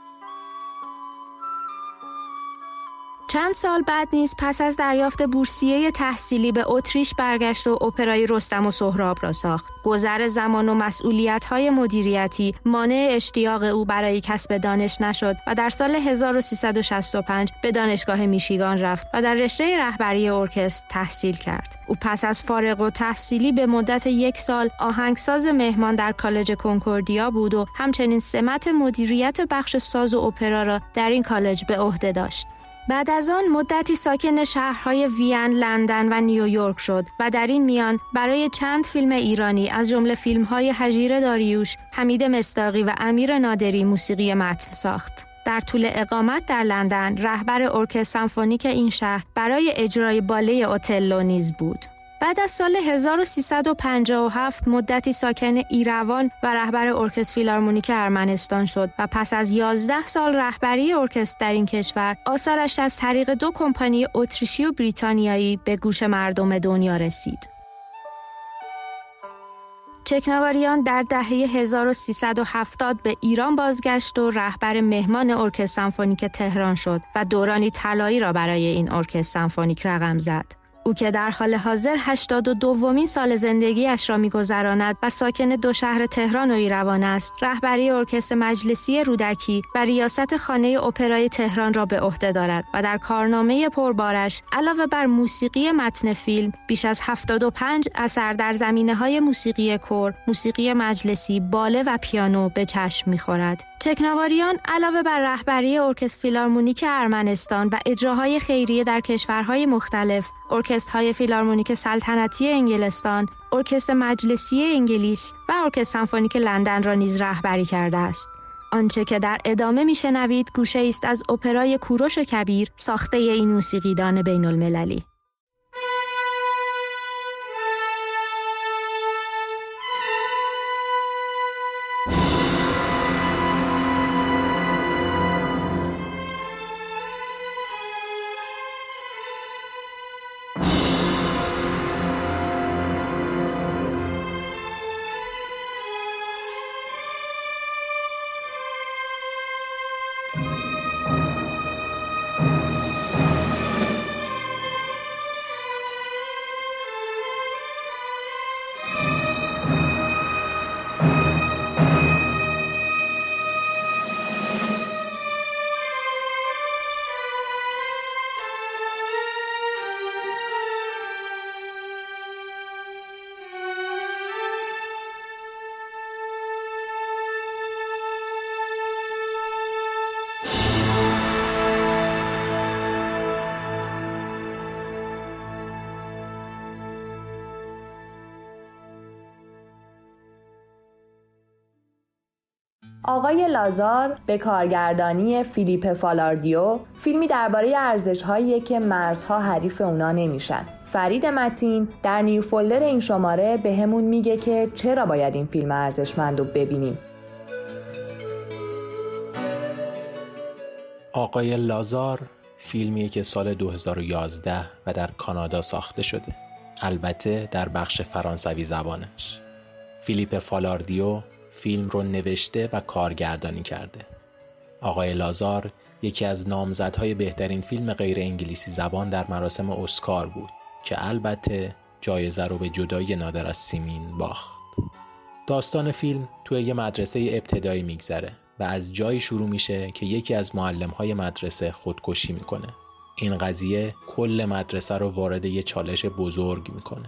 چند سال بعد نیز پس از دریافت بورسیه تحصیلی به اتریش برگشت و اپرای رستم و سهراب را ساخت. گذر زمان و مسئولیت‌های مدیریتی مانع اشتیاق او برای کسب دانش نشد و در سال هزار و سیصد و شصت و پنج به دانشگاه میشیگان رفت و در رشته رهبری ارکستر تحصیل کرد. او پس از فارغ التحصیلی به مدت یک سال آهنگساز مهمان در کالج کنکوردیا بود و همچنین سمت مدیریت بخش ساز و اپرا را در این کالج به عهده داشت. بعد از آن مدتی ساکن شهرهای وین، لندن و نیویورک شد و در این میان برای چند فیلم ایرانی از جمله فیلم‌های هژیر داریوش، حمید مصداقی و امیر نادری موسیقی متن ساخت. در طول اقامت در لندن رهبر ارکستر سمفونیک این شهر برای اجرای باله اوتلو نیز بود. بعد از سال هزار و سیصد و پنجاه و هفت مدتی ساکن ایروان و رهبر ارکستر فیلارمونیک ارمنستان شد و پس از یازده سال رهبری ارکستر در این کشور آثارش از طریق دو کمپانی اتریشی و بریتانیایی به گوش مردم دنیا رسید. چکناواریان در دهه هزار و سیصد و هفتاد به ایران بازگشت و رهبر مهمان ارکستر سمفونیک تهران شد و دورانی طلایی را برای این ارکستر سمفونیک رقم زد. او که در حال حاضر هشتاد و دومین سال زندگیش را می‌گذراند و ساکن دو شهر تهران و ایروان است، رهبری ارکستر مجلسی رودکی و ریاست خانه اپرای تهران را به عهده دارد و در کارنامه پربارش علاوه بر موسیقی متن فیلم، بیش از هفتاد و پنج اثر در زمینه‌های موسیقی کور، موسیقی مجلسی، باله و پیانو به چشم می‌خورد. چکناواریان علاوه بر رهبری ارکستر فیلارمونیک ارمنستان و اجراهای خیریه در کشورهای مختلف، ارکسترهای فیلارمونیک سلطنتی انگلستان، ارکستر مجلسی انگلیس و ارکستر سمفونیک لندن را نیز رهبری کرده است. آنچه که در ادامه میشنوید گوشه است از اپرای کوروش کبیر ساخته این موسیقیدان بین المللی. آقای لازار به کارگردانی فیلیپ فالاردیو فیلمی درباره ارزش‌هایی که مرزها حریف اونا نمیشن. فرید متین در نیو فولدر این شماره به همون میگه که چرا باید این فیلم ارزشمند رو ببینیم. آقای لازار فیلمیه که سال دو هزار و یازده و در کانادا ساخته شده، البته در بخش فرانسوی زبانش. فیلیپ فالاردیو فیلم رو نوشته و کارگردانی کرده. آقای لازار یکی از نامزدهای بهترین فیلم غیر انگلیسی زبان در مراسم اسکار بود که البته جایزه رو به جدایی نادر از سیمین باخت. داستان فیلم توی یه مدرسه ابتدایی میگذره و از جایی شروع میشه که یکی از معلم‌های مدرسه خودکشی میکنه. این قضیه کل مدرسه رو وارد یه چالش بزرگ میکنه.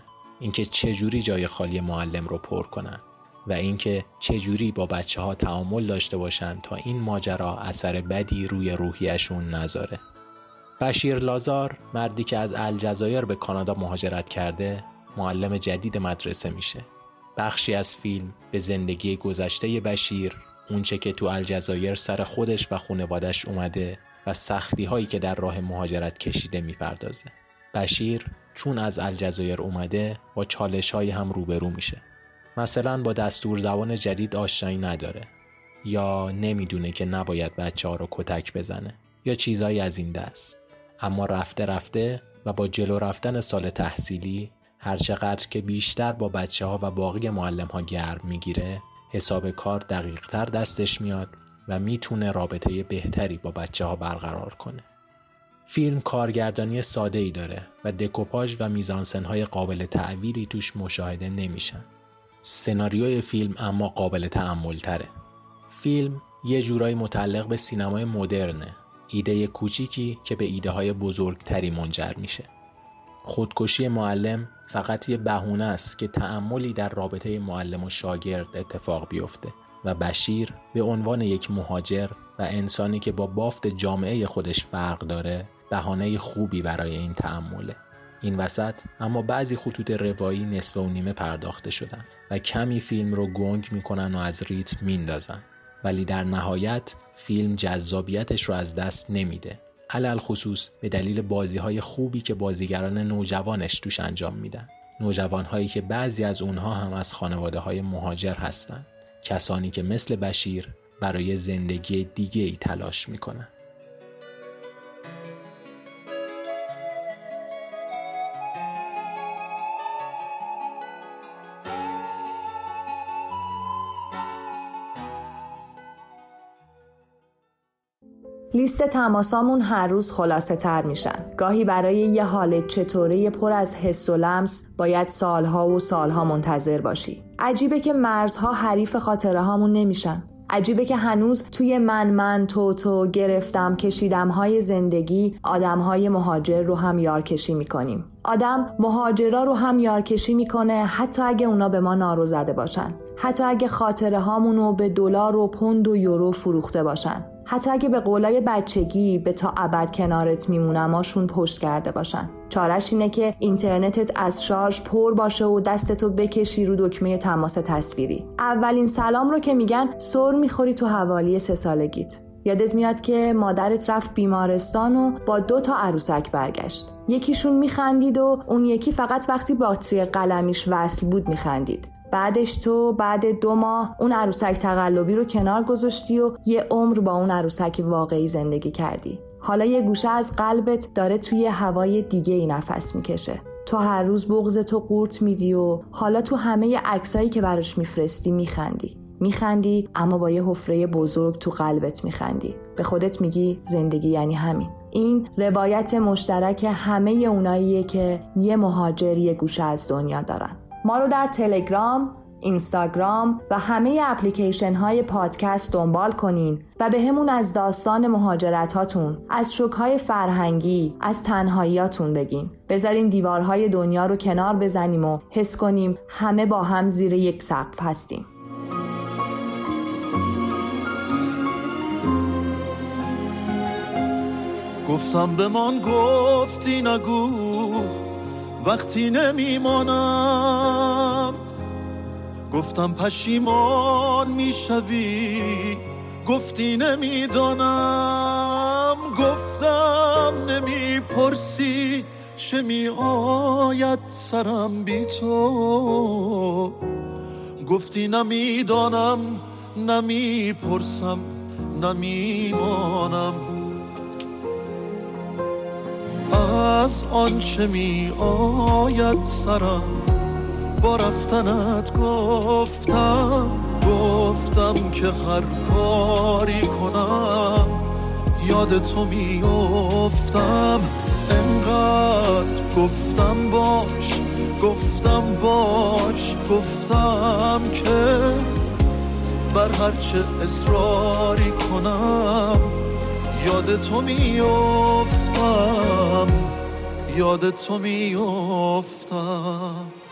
اینکه چجوری جای خالی معلم رو پر کنن و اینکه چجوری با بچه‌ها تعامل داشته باشن تا این ماجرا اثر بدی روی روحیشون نذاره. بشیر لازار، مردی که از الجزایر به کانادا مهاجرت کرده، معلم جدید مدرسه میشه. بخشی از فیلم به زندگی گذشته بشیر، اونچه که تو الجزایر سر خودش و خانواده‌اش اومده و سختی هایی که در راه مهاجرت کشیده میپردازه. بشیر چون از الجزایر اومده با چالش هایی هم روبرو میشه. مثلا با دستور زبان جدید آشنایی نداره، یا نمیدونه که نباید بچه ها رو کتک بزنه، یا چیزایی از این دست. اما رفته رفته و با جلو رفتن سال تحصیلی، هرچقدر که بیشتر با بچه ها و باقی معلم ها گرم میگیره، حساب کار دقیق تر دستش میاد و میتونه رابطه بهتری با بچه ها برقرار کنه. فیلم کارگردانی ساده ای داره و دکوپاژ و میزانسن های قابل تعبیری توش مشاهده نمیشن. سناریوی فیلم اما قابل تأمل تره. فیلم یه جورایی متعلق به سینمای مدرنه، ایده کوچیکی که به ایده های بزرگتری منجر میشه. خودکشی معلم فقط یه بهونه است که تأملی در رابطه معلم و شاگرد اتفاق بیفته و بشیر به عنوان یک مهاجر و انسانی که با بافت جامعه خودش فرق داره، بهانه خوبی برای این تأمله. این وسط اما بعضی خطوط روایی نصف و نیمه پرداخته شدن و کمی فیلم رو گنگ میکنن و از ریتم میندازن، ولی در نهایت فیلم جذابیتش رو از دست نمیده، علل خصوص به دلیل بازی‌های خوبی که بازیگران نوجوانش توش انجام میدن. نوجوان‌هایی که بعضی از اونها هم از خانواده‌های مهاجر هستن، کسانی که مثل بشیر برای زندگی دیگه‌ای تلاش میکنن. لیست تماسامون هر روز خلاصه تر میشن. گاهی برای یه حالت چطوره پر از حس و لمس باید سالها و سالها منتظر باشی. عجیبه که مرزها حریف خاطره هامون نمیشن. عجیبه که هنوز توی من من تو تو گرفتم کشیدم های زندگی آدم های مهاجر رو هم یارکشی میکنیم. آدم مهاجرا رو هم یارکشی میکنه، حتی اگه اونا به ما نارو زده باشن، حتی اگه خاطره هامونو به دلار و پوند و یورو فروخته باشن، حتی اگه به قولای بچگی به تا ابد کنارت میمونم هاشون پشت کرده باشن. چارش اینه که اینترنتت از شارژ پر باشه و دستتو بکشی رو دکمه تماس تصویری. اولین سلام رو که میگن سر میخوری تو حوالی سه سالگیت. یادت میاد که مادرت رفت بیمارستان و با دو تا عروسک برگشت. یکیشون میخندید و اون یکی فقط وقتی باتری قلمیش وصل بود میخندید. بعدش تو بعد دو ماه اون عروسک تقلبی رو کنار گذاشتی و یه عمر با اون عروسک واقعی زندگی کردی. حالا یه گوشه از قلبت داره توی هوای دیگه ای نفس میکشه. تو هر روز بغض تو قورت میدی و حالا تو همه عکسایی که براش میفرستی میخندی. میخندی اما با یه حفره بزرگ تو قلبت میخندی. به خودت میگی زندگی یعنی همین. این روایت مشترک همه اوناییه که یه مهاجر یه گوشه از دنیا دارن. ما رو در تلگرام، اینستاگرام و همه اپلیکیشن های پادکست دنبال کنین و به همون از داستان مهاجرت هاتون، از شوک‌های فرهنگی، از تنهاییاتون بگین. بذارین دیوارهای دنیا رو کنار بزنیم و حس کنیم همه با هم زیر یک سقف هستیم. گفتم به من گفتی نگو وقتی نمیمانم، گفتم پشیمان میشوی گفتی نمیدانم، گفتم نمیپرسی چه میآید سرم بی تو، گفتی نمیدانم نمیپرسم نمیمانم. از آنچه می آید سرم با رفتنت گفتم، گفتم که هر کاری کنم یاد تو می افتم. انقدر گفتم باش گفتم باش گفتم که بر هرچه اصراری کنم یاد تو می افتم یاد تو می افتم.